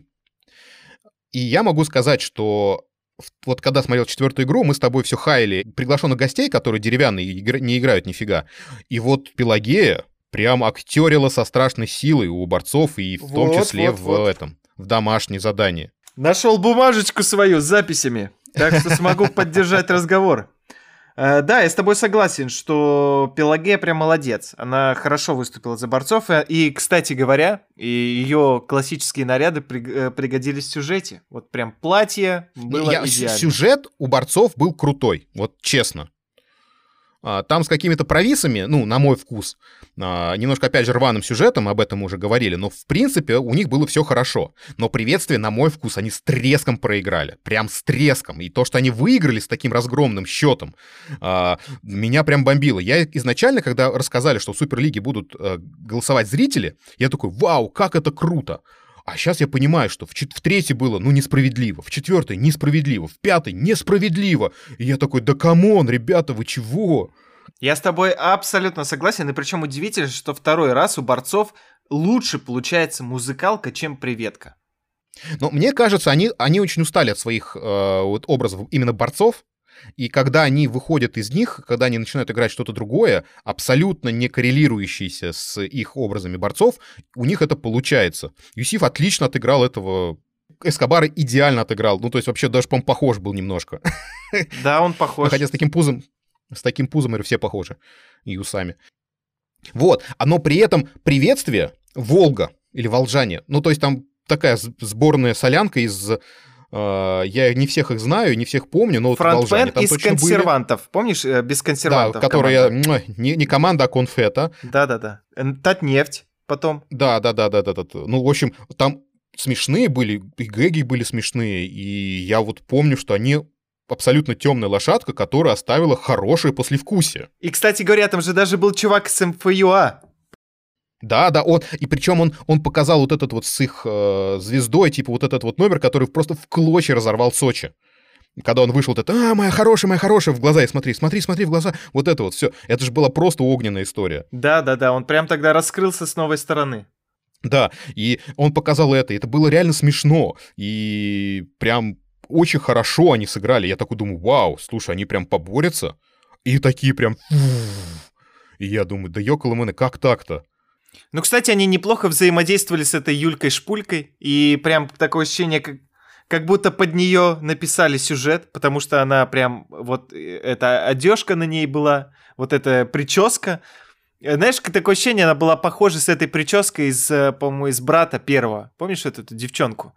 И я могу сказать, что вот когда смотрел 4-ю игру, мы с тобой все хаяли приглашенных гостей, которые деревянные не играют нифига. И вот Пелагея прям актерила со страшной силой у борцов, и в том числе в домашнее задание. Нашел бумажечку свою с записями, так что смогу поддержать разговор. Да, я с тобой согласен, что Пелагея прям молодец. Она хорошо выступила за борцов. И, кстати говоря, ее классические наряды пригодились в сюжете. Вот прям платье было идеально. Сюжет у борцов был крутой, вот честно. Там с какими-то провисами, ну, на мой вкус, немножко, опять же, рваным сюжетом, об этом мы уже говорили, но, в принципе, у них было все хорошо. Но приветствие, на мой вкус, они с треском проиграли. Прям с треском. И то, что они выиграли с таким разгромным счетом, меня прям бомбило. Я изначально, когда рассказали, что в Суперлиге будут голосовать зрители, я такой, вау, как это круто. А сейчас я понимаю, что в 3-й было, ну, несправедливо, в 4-й несправедливо, в 5-й несправедливо. И я такой, да камон, ребята, вы чего? Я с тобой абсолютно согласен, и причем удивительно, что 2-й раз у борцов лучше получается музыкалка, чем приветка. Но мне кажется, они очень устали от своих образов именно борцов, и когда они выходят из них, когда они начинают играть что-то другое, абсолютно не коррелирующееся с их образами борцов, у них это получается. Юсиф отлично отыграл этого. Эскобара идеально отыграл. Ну, то есть вообще даже, по-моему, похож был немножко. Да, он похож. Хотя с таким пузом все похожи. И усами. Вот. Но при этом приветствие Волга или Волжане, ну, то есть там такая сборная солянка из... Я не всех их знаю, не всех помню, но вот Фронтмен из консервантов. Были. Помнишь, без консервантов? Да, которая не команда, а конфета. Да. Татнефть потом. Да. Ну, в общем, там смешные были, и гэги были смешные, и я вот помню, что они абсолютно темная лошадка, которая оставила хорошее послевкусие. И, кстати говоря, там же даже был чувак с МФЮА. Да, и причем он показал вот этот вот с их звездой, типа вот этот вот номер, который просто в клочья разорвал Сочи. Когда он вышел, это моя хорошая, в глаза, и смотри в глаза. Вот это вот все. Это же была просто огненная история. Да, он прям тогда раскрылся с новой стороны. Да, и он показал это, и это было реально смешно. И прям очень хорошо они сыграли. Я такой думаю, вау, слушай, они прям поборются. И такие прям... И я думаю, да ёкаламэне, как так-то? Ну, кстати, они неплохо взаимодействовали с этой Юлькой-шпулькой. И прям такое ощущение, как будто под нее написали сюжет, потому что она прям... Вот эта одежка на ней была, вот эта прическа. Знаешь, такое ощущение, она была похожа с этой прической из, по-моему, из «Брата» первого. Помнишь эту девчонку?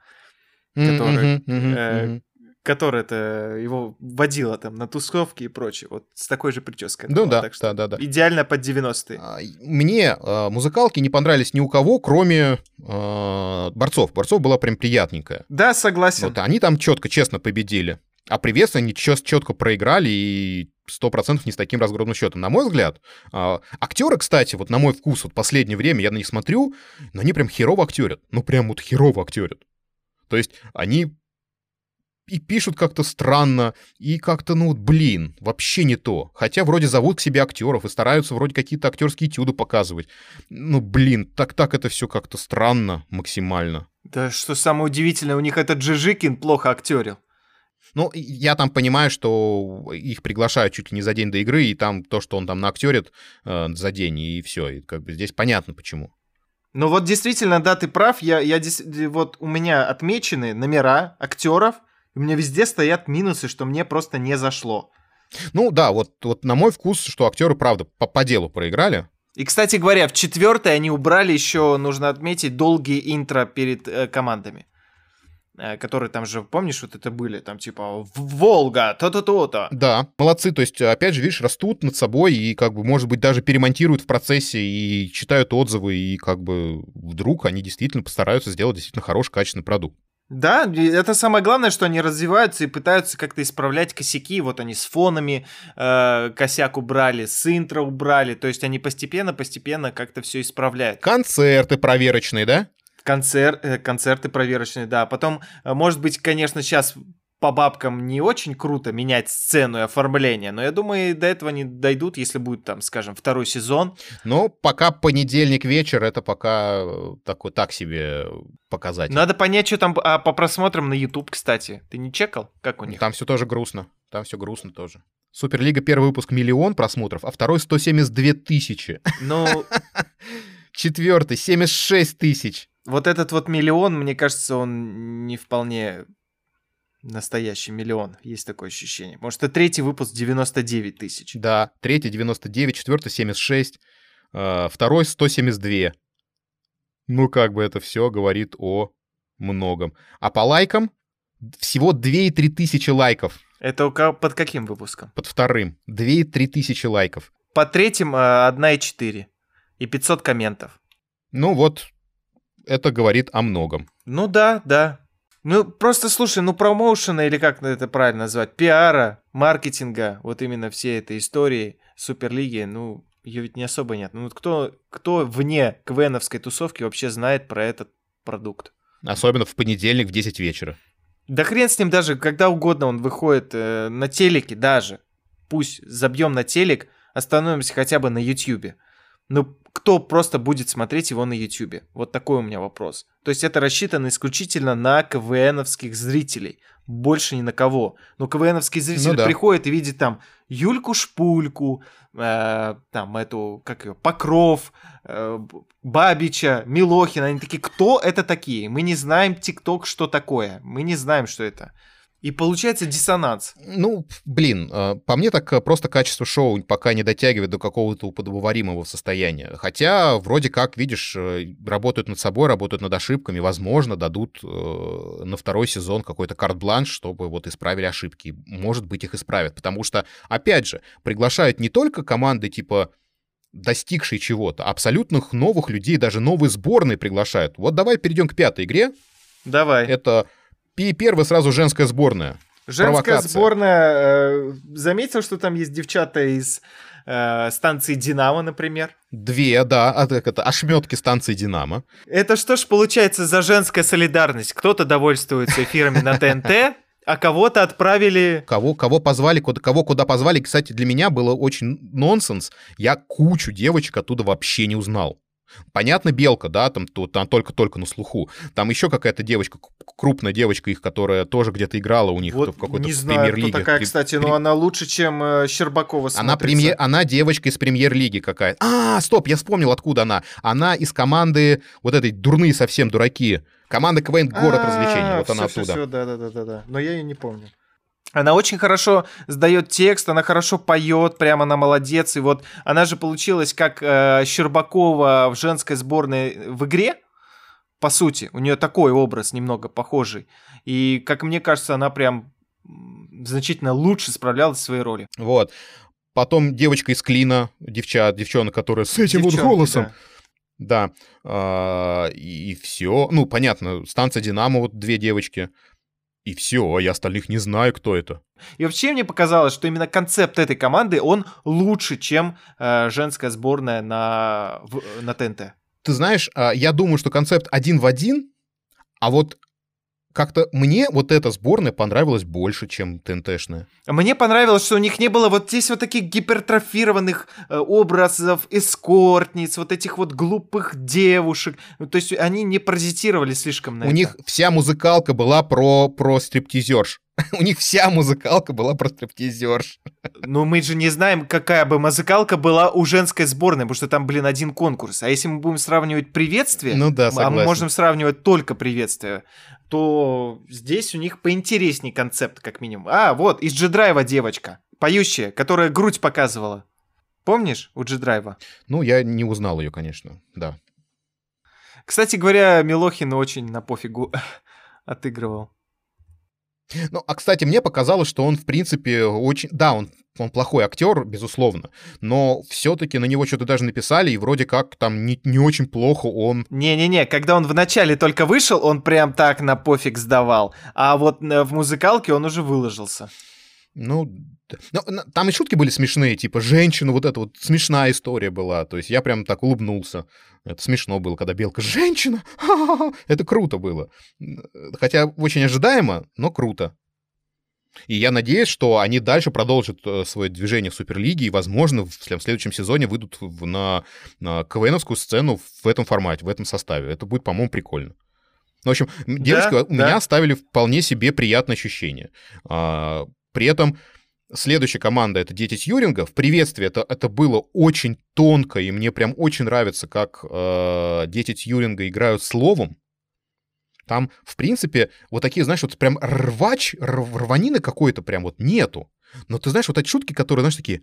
Которая его водила там на тусовки и прочее. Вот с такой же прической. Ну была, да, так что да. идеально под 90-е. Мне музыкалки не понравились ни у кого, кроме борцов. Борцов была прям приятненькая. Да, согласен. Вот они там четко, честно победили. А «Привет» они четко проиграли и 100% не с таким разгромным счетом. На мой взгляд, актеры, кстати, вот на мой вкус, вот последнее время я на них смотрю, но они прям херово актерят. Ну прям вот херово актерят. То есть они и пишут как-то странно, и как-то, вообще не то. Хотя вроде зовут к себе актеров и стараются вроде какие-то актерские этюды показывать. Так это все как-то странно максимально. Да что самое удивительное, у них этот Жижикин плохо актерил. Ну, я там понимаю, что их приглашают чуть ли не за день до игры, и там то, что он там наактерит за день, и все. И как бы здесь понятно, почему. Ну вот действительно, да, ты прав. Вот у меня отмечены номера актеров, у меня везде стоят минусы, что мне просто не зашло. Ну да, вот на мой вкус, что актеры, правда, по делу проиграли. И, кстати говоря, в 4-й они убрали еще, нужно отметить, долгие интро перед командами. Которые там же, помнишь, вот это были, там типа «Волга», то-то-то-то. Да, молодцы, то есть, опять же, видишь, растут над собой и, как бы, может быть, даже перемонтируют в процессе и читают отзывы, и, как бы, вдруг они действительно постараются сделать действительно хороший, качественный продукт. Да, это самое главное, что они развиваются и пытаются как-то исправлять косяки. Вот они с фонами косяк убрали, с интро убрали, то есть они постепенно как-то все исправляют. Концерты проверочные, да? Концерты проверочные, да. Потом, может быть, конечно, сейчас по бабкам не очень круто менять сцену и оформление, но я думаю, до этого они дойдут, если будет, там, скажем, 2-й сезон. Но пока понедельник вечер, это пока такой так себе показатель. Надо понять, что там по просмотрам на YouTube, кстати. Ты не чекал? Как у них? Там все тоже грустно. Там все грустно тоже. Суперлига первый выпуск 1 000 000 просмотров, а второй 172 000. Ну... 4-й 76 000. Вот этот вот 1 000 000, мне кажется, он не вполне настоящий миллион. Есть такое ощущение. Может, это 3-й выпуск 99 000. Да, 3-й 99, 4-й 76, 2-й 172. Ну, как бы это все говорит о многом. А по лайкам всего 2,3 тысячи лайков. Это под каким выпуском? Под 2-м. 2,3 тысячи лайков. По 3-м 1,4. И 500 комментов. Ну вот, это говорит о многом. Ну да. Ну просто слушай, промоушена, или как это правильно назвать, пиара, маркетинга, вот именно всей этой истории Суперлиги, ее ведь не особо нет. Ну кто вне КВНовской тусовки вообще знает про этот продукт? Особенно в понедельник в 10 вечера. Да хрен с ним, даже когда угодно он выходит на телеке даже. Пусть забьем на телек, остановимся хотя бы на Ютьюбе. Ну, кто просто будет смотреть его на Ютьюбе? Вот такой у меня вопрос. То есть это рассчитано исключительно на КВНовских зрителей. Больше ни на кого. Но КВНовский зритель приходит и видит там Юльку-шпульку, там эту, как ее, Покров, Бабича, Милохина. Они такие, кто это такие? Мы не знаем ТикТок, что такое. Мы не знаем, что это. И получается диссонанс. Ну, блин, по мне так просто качество шоу пока не дотягивает до какого-то удобоваримого состояния. Хотя, вроде как, видишь, работают над собой, работают над ошибками. Возможно, дадут на 2-й сезон какой-то карт-бланш, чтобы вот исправили ошибки. Может быть, их исправят. Потому что, опять же, приглашают не только команды типа достигшие чего-то, а абсолютных новых людей, даже новые сборные приглашают. Вот давай перейдем к 5-й игре. Давай. Это... И первая сразу женская сборная. Женская сборная. Заметил, что там есть девчата из станции «Динамо», например? 2, да. Это ошметки станции «Динамо». Это что ж получается за женская солидарность? Кто-то довольствуется эфирами на ТНТ, А кого-то отправили... Кого позвали, кого куда позвали. Кстати, для меня было очень нонсенс. Я кучу девочек оттуда вообще не узнал. Понятно, Белка, да, там только на слуху. Там еще какая-то девочка, крупная девочка их, которая тоже где-то играла у них Вот в какой-то не знаю, премьер-лиге. кто такая, кстати, но она лучше, чем Щербакова смотрится. Она девочка из премьер-лиги какая-то. Стоп, я вспомнил, откуда она. Она из команды вот этой дурные совсем дураки. Команда КВН «Город развлечений». Вот она оттуда. Все, да. Но я ее не помню. Она очень хорошо сдает текст, она хорошо поет, прямо она молодец. И вот она же получилась как Щербакова в женской сборной в игре. По сути, у нее такой образ немного похожий. И, как мне кажется, она прям значительно лучше справлялась в своей роли. Вот. Потом девочка из Клина, девчонка, которая с этим вот голосом. Да. И все. Ну, понятно, станция «Динамо», вот две девочки. И все, а я остальных не знаю, кто это. И вообще мне показалось, что именно концепт этой команды, он лучше, чем женская сборная на ТНТ. Ты знаешь, я думаю, что концепт один в один, а вот как-то мне вот эта сборная понравилась больше, чем ТНТшная. Мне понравилось, что у них не было вот здесь вот таких гипертрофированных образов, эскортниц, вот этих вот глупых девушек. Ну, то есть они не паразитировали слишком на это. У них вся музыкалка была про стриптизерш. У них вся музыкалка была про стриптизерш. Ну, мы же не знаем, какая бы музыкалка была у женской сборной, потому что там, один конкурс. А если мы будем сравнивать приветствие, ну да, согласен. А мы можем сравнивать только приветствие, то здесь у них поинтересней концепт, как минимум. Вот, из G-Drive девочка, поющая, которая грудь показывала. Помнишь у G-Drive? Ну, я не узнал ее, конечно, да. Кстати говоря, Милохин очень на пофигу отыгрывал. Ну, кстати, мне показалось, что он, в принципе, очень... Да, он плохой актер, безусловно, но все-таки на него что-то даже написали, и вроде как там не очень плохо он... Не-не-не, когда он вначале только вышел, он прям так на пофиг сдавал, а вот в музыкалке он уже выложился. Ну, там и шутки были смешные, типа, женщина, вот эта вот смешная история была, то есть я прям так улыбнулся. Это смешно было, когда Белка «Женщина!» Это круто было. Хотя очень ожидаемо, но круто. И я надеюсь, что они дальше продолжат свое движение в Суперлиге и, возможно, в следующем сезоне выйдут на КВНовскую сцену в этом формате, в этом составе. Это будет, по-моему, прикольно. В общем, девочки у меня оставили вполне себе приятное ощущение. При этом следующая команда — это «Дети Тьюринга». В приветствии это было очень тонко, и мне прям очень нравится, как «Дети Тьюринга» играют словом. Там, в принципе, вот такие, знаешь, вот прям рванины какой-то прям вот нету. Но ты знаешь, вот эти шутки, которые, знаешь, такие...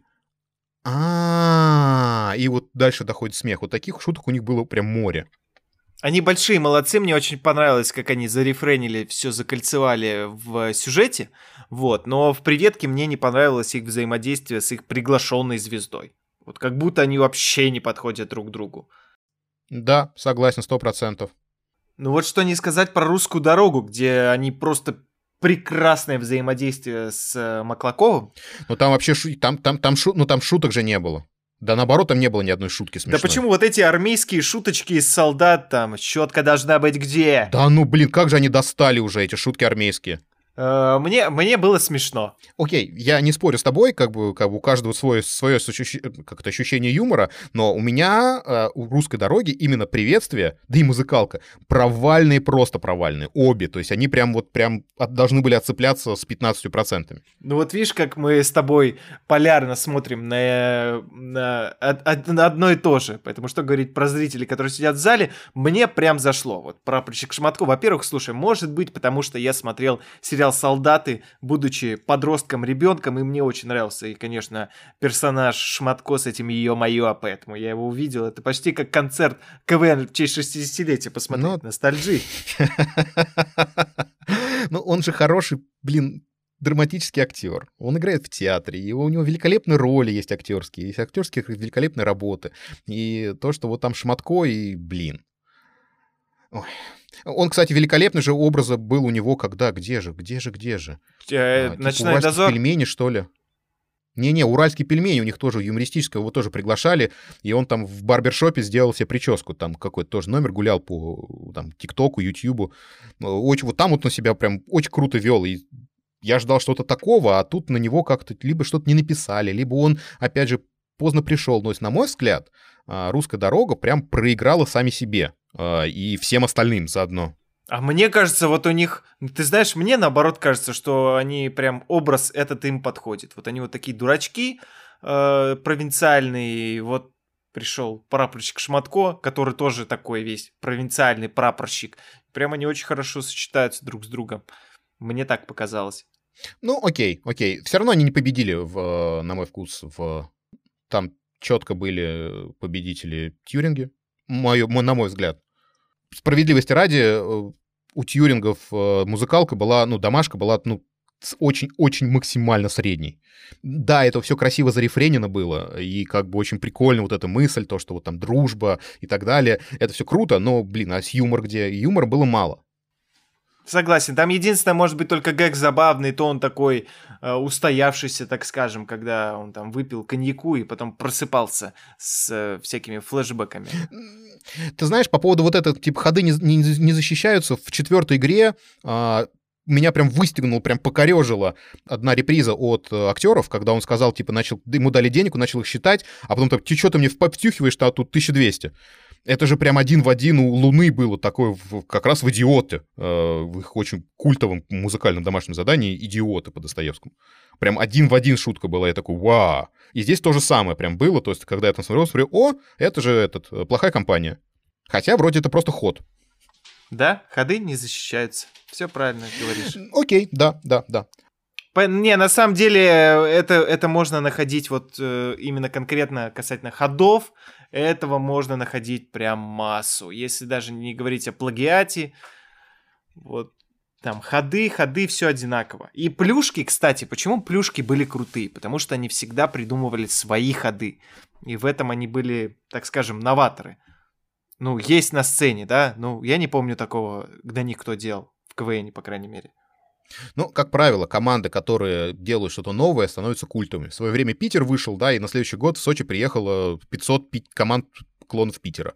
И вот дальше доходит смех. Вот таких шуток у них было прям море. Они большие молодцы, мне очень понравилось, как они зарефренили, все закольцевали в сюжете, вот, но в «Приветке» мне не понравилось их взаимодействие с их приглашенной звездой. Вот как будто они вообще не подходят друг к другу. Да, согласен, 100%. Ну вот что не сказать про «Русскую дорогу», где они просто прекрасное взаимодействие с Маклаковым. Ну там вообще там шуток же не было. Да наоборот, там не было ни одной шутки смешной. Да почему вот эти армейские шуточки из солдат там, щетка должна быть где? Да ну блин, как же они достали уже эти шутки армейские. Мне было смешно. Окей, я не спорю с тобой, как бы у каждого свое ощущение юмора, но у меня у «Русской дороги» именно приветствие, да и музыкалка, просто провальные, обе, то есть они прям должны были отцепляться с 15%. Ну вот видишь, как мы с тобой полярно смотрим на одно и то же, поэтому что говорить про зрителей, которые сидят в зале, мне прям зашло. Вот «Прапорщик Шматко», во-первых, слушай, может быть, потому что я смотрел сериал «Солдаты», будучи подростком, ребенком, и мне очень нравился, и, конечно, персонаж Шматко с этим «Ее-мое», поэтому я его увидел. Это почти как концерт КВН в честь 60-летия посмотреть, ностальджи. Ну, он же хороший, драматический актер. Он играет в театре, и у него великолепные роли есть актерские великолепные работы. И то, что вот там Шматко и, Ой. Он, кстати, великолепный же образ был у него, где же? «Ночной дозор»? Пельмени, что ли? Не-не, «Уральские пельмени» у них тоже юмористического, его тоже приглашали, и он там в барбершопе сделал себе прическу, там какой-то тоже номер гулял по ТикТоку, Ютьюбу. Вот там вот на себя прям очень круто вел, и я ждал что-то такого, а тут на него как-то либо что-то не написали, либо он, опять же, поздно пришел. Но, на мой взгляд, «Русская дорога» прям проиграла сами себе и всем остальным заодно. А мне кажется, вот у них... Ты знаешь, мне наоборот кажется, что они прям... Образ этот им подходит. Вот они вот такие дурачки провинциальные. Вот пришел прапорщик Шматко, который тоже такой весь провинциальный прапорщик. Прям они очень хорошо сочетаются друг с другом. Мне так показалось. Ну, окей. Все равно они не победили, на мой вкус. Там четко были победители Тьюринги, на мой взгляд. Справедливости ради, у Тьюрингов музыкалка была, домашка была, очень-очень максимально средней. Да, это все красиво зарефренено было, и как бы очень прикольно вот эта мысль, то, что вот там дружба и так далее. Это все круто, но, а юмор где? Юмора было мало. Согласен. Там единственное, может быть, только гэг забавный, то он такой устоявшийся, так скажем, когда он там выпил коньяку и потом просыпался с всякими флешбэками. Ты знаешь, по поводу вот этого, типа, ходы не защищаются, в 4-й игре меня прям выстегнул, прям покорежило одна реприза от актеров, когда он сказал, типа, ему дали денег, он начал их считать, а потом так, ты что ты мне втюхиваешь-то, а тут 1200. Это же прям один в один у Луны было такое, как раз в «Идиоты», в их очень культовом музыкальном домашнем задании «Идиоты» по Достоевскому. Прям один в один шутка была, я такой, вау. И здесь то же самое прям было, то есть когда я там смотрел, о, это же плохая компания. Хотя вроде это просто ход. Да, ходы не защищаются. Все правильно говоришь. Окей, да. Не, на самом деле это можно находить вот именно конкретно касательно ходов. Этого можно находить прям массу. Если даже не говорить о плагиате, вот там ходы, все одинаково. И плюшки, кстати, почему плюшки были крутые? Потому что они всегда придумывали свои ходы. И в этом они были, так скажем, новаторы. Есть на сцене, да? Я не помню такого, до них кто делал. В КВН, по крайней мере. Как правило, команды, которые делают что-то новое, становятся культовыми. В свое время Питер вышел, да, и на следующий год в Сочи приехало 500 команд клонов Питера.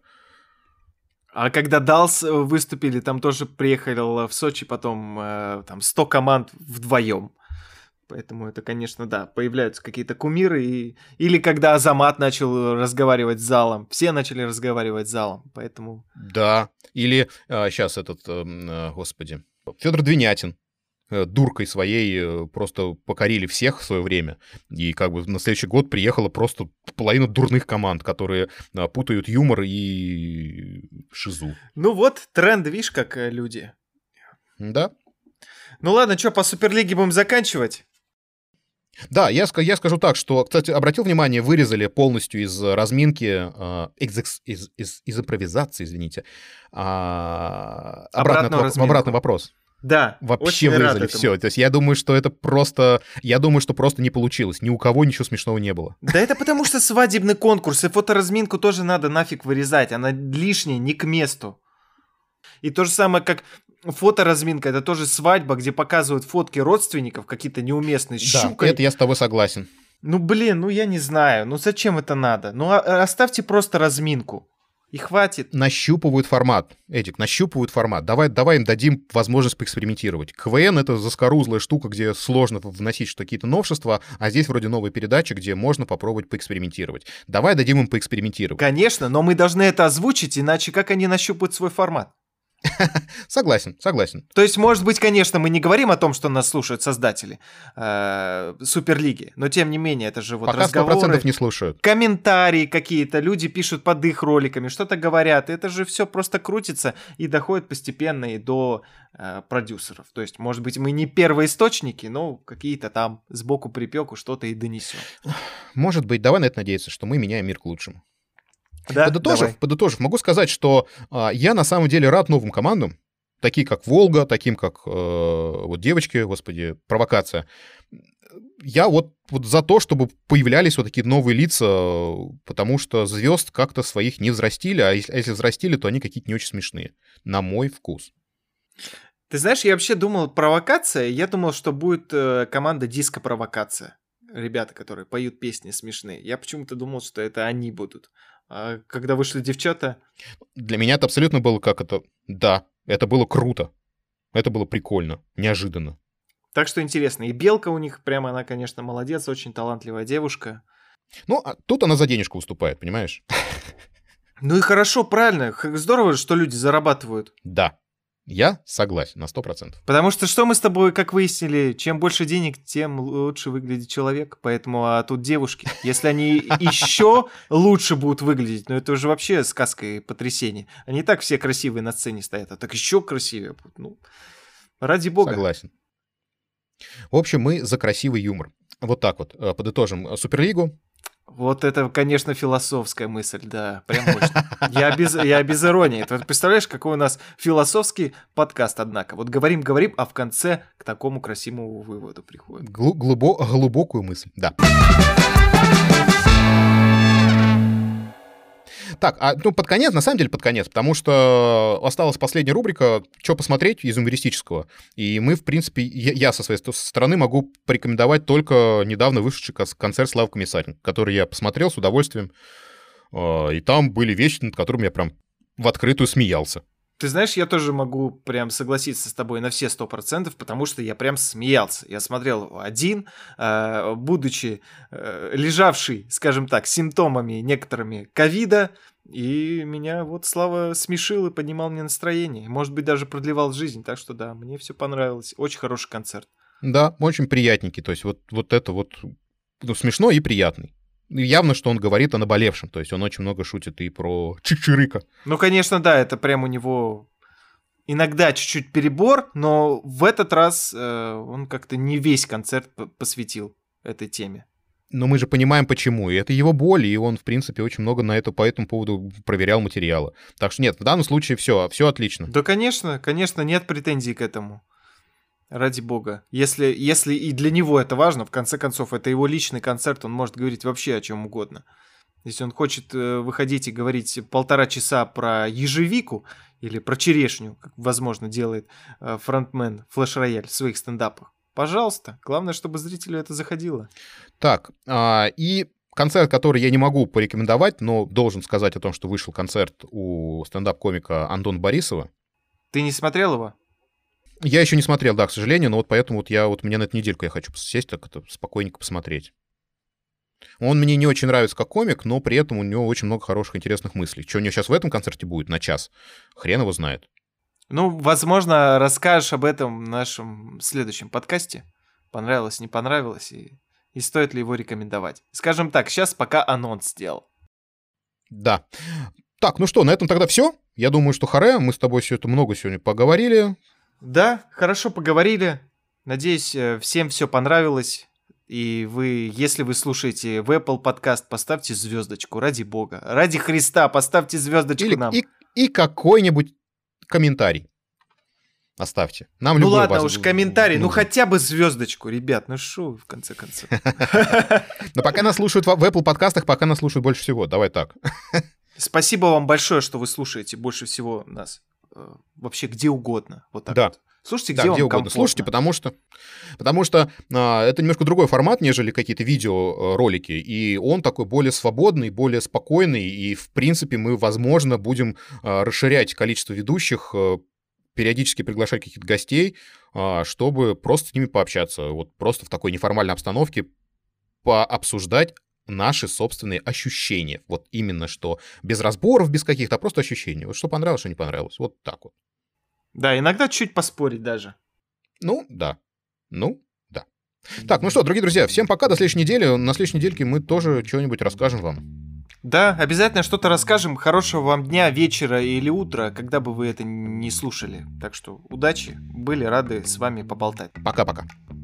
А когда Далс выступили, там тоже приехали в Сочи потом там 100 команд вдвоем. Поэтому это, конечно, да, появляются какие-то кумиры. Или когда Азамат начал разговаривать с залом. Все начали разговаривать с залом, поэтому... Да, или сейчас господи, Федор Двинятин дуркой своей просто покорили всех в свое время. И как бы на следующий год приехала просто половина дурных команд, которые путают юмор и шизу. Тренд, видишь, как люди. Да. Ладно, что, по Суперлиге будем заканчивать? Да, я скажу так, что, кстати, обратил внимание, вырезали полностью из разминки, из импровизации, извините, обратный вопрос. Да, вообще вырезали все. То есть я думаю, что просто не получилось. Ни у кого ничего смешного не было. Да это потому что свадебный конкурс, и фоторазминку тоже надо нафиг вырезать. Она лишняя, не к месту. И то же самое, как фоторазминка, это тоже свадьба, где показывают фотки родственников, какие-то неуместные, с щукой. Да, это я с тобой согласен. Я не знаю. Зачем это надо? Оставьте просто разминку. И хватит. Нащупывают формат. Эдик, нащупывают формат. Давай им дадим возможность поэкспериментировать. КВН — это заскорузлая штука, где сложно вносить какие-то новшества, а здесь вроде новая передача, где можно попробовать поэкспериментировать. Давай дадим им поэкспериментировать. Конечно, но мы должны это озвучить, иначе как они нащупают свой формат? Согласен. То есть, может быть, конечно, мы не говорим о том, что нас слушают создатели Суперлиги, но тем не менее, это же пока разговоры, 100% не слушают. Комментарии какие-то, люди пишут под их роликами, что-то говорят, это же все просто крутится и доходит постепенно и до продюсеров. То есть, может быть, мы не первоисточники, но какие-то там сбоку припеку что-то и донесем. Может быть, давай на это надеяться, что мы меняем мир к лучшему. Да, подытожив, могу сказать, что я на самом деле рад новым командам, такие как «Волга», таким как девочки, господи, «Провокация». Я вот за то, чтобы появлялись вот такие новые лица, потому что звезд как-то своих не взрастили, а если взрастили, то они какие-то не очень смешные, на мой вкус. Ты знаешь, я вообще думал «Провокация», я думал, что будет команда «Диско-провокация». Ребята, которые поют песни смешные. Я почему-то думал, что это они будут. А когда вышли девчата... Для меня это абсолютно было как это... Да, это было круто. Это было прикольно, неожиданно. Так что интересно. И Белка у них прямо, она, конечно, молодец, очень талантливая девушка. Ну, а тут она за денежку выступает, понимаешь? Ну и хорошо, правильно. Здорово, что люди зарабатывают. Да, я согласен на 100%. Потому что что мы с тобой, как выяснили, чем больше денег, тем лучше выглядит человек. Поэтому, а тут девушки. Если они еще лучше будут выглядеть, ну это уже вообще сказка и потрясение. Они и так все красивые на сцене стоят, а так еще красивее будут. Ну, ради бога. Согласен. В общем, мы за красивый юмор. Вот так вот подытожим Суперлигу. Вот это, конечно, философская мысль, да, прям мощно. Я без иронии. Ты представляешь, какой у нас философский подкаст, однако. Вот говорим, а в конце к такому красивому выводу приходим. Глубокую мысль, да. Так, под конец, на самом деле под конец, потому что осталась последняя рубрика «Что посмотреть» из юмористического. И мы, в принципе, я со своей стороны могу порекомендовать только недавно вышедший концерт Славы Комиссаренко, который я посмотрел с удовольствием. И там были вещи, над которыми я прям в открытую смеялся. Ты знаешь, я тоже могу прям согласиться с тобой на все 100%, потому что я прям смеялся. Я смотрел один, будучи лежавший, скажем так, симптомами некоторыми ковида, и меня вот Слава смешил и поднимал мне настроение. Может быть, даже продлевал жизнь, так что да, мне все понравилось. Очень хороший концерт. Да, очень приятненький, то есть вот это вот смешно и приятный. Явно, что он говорит о наболевшем, то есть он очень много шутит и про Чичирика. Ну, конечно, да, это прям у него иногда чуть-чуть перебор, но в этот раз он как-то не весь концерт посвятил этой теме. Но мы же понимаем, почему, и это его боль, и он, в принципе, очень много по этому поводу проверял материалы. Так что нет, в данном случае все отлично. Да, конечно, нет претензий к этому. Ради бога. Если и для него это важно, в конце концов, это его личный концерт, он может говорить вообще о чем угодно. Если он хочет выходить и говорить 1,5 часа про ежевику или про черешню, как, возможно, делает фронтмен Flash Royale в своих стендапах, пожалуйста. Главное, чтобы зрителю это заходило. Так, и концерт, который я не могу порекомендовать, но должен сказать о том, что вышел концерт у стендап-комика Антона Борисова. Ты не смотрел его? Я еще не смотрел, да, к сожалению, но вот поэтому мне на эту недельку я хочу сесть, так это спокойненько посмотреть. Он мне не очень нравится как комик, но при этом у него очень много хороших, интересных мыслей. Что у него сейчас в этом концерте будет на час, хрен его знает. Ну, возможно, расскажешь об этом в нашем следующем подкасте. Понравилось, не понравилось, и стоит ли его рекомендовать. Скажем так, сейчас пока анонс сделал. Да. Так, ну что, на этом тогда все. Я думаю, что харе, мы с тобой все это много сегодня поговорили. Да, хорошо поговорили. Надеюсь, всем все понравилось. И если вы слушаете в Apple подкаст, поставьте звездочку, ради бога. Ради Христа, поставьте звездочку нам. И какой-нибудь комментарий оставьте. Нам ну ладно уж, комментарий, ну хотя бы звездочку, ребят, ну шо, в конце концов. Но пока нас слушают в Apple подкастах, пока нас слушают больше всего, давай так. Спасибо вам большое, что вы слушаете больше всего нас. Вообще где угодно. Вот так да. вот. Слушайте, где вам угодно. комфортно. Слушайте, потому что это немножко другой формат, нежели какие-то видеоролики, и он такой более свободный, более спокойный, и, в принципе, мы, возможно, будем расширять количество ведущих, периодически приглашать каких-то гостей, чтобы просто с ними пообщаться, вот просто в такой неформальной обстановке пообсуждать наши собственные ощущения. Вот именно что. Без разборов, без каких-то, а просто ощущения. Вот что понравилось, что не понравилось. Вот так вот. Да, иногда чуть поспорить даже. Ну, да. Так, ну что, дорогие друзья, всем пока, до следующей недели. На следующей недельке мы тоже что-нибудь расскажем вам. Да, обязательно что-то расскажем. Хорошего вам дня, вечера или утра, когда бы вы это не слушали. Так что удачи, были рады с вами поболтать. Пока-пока.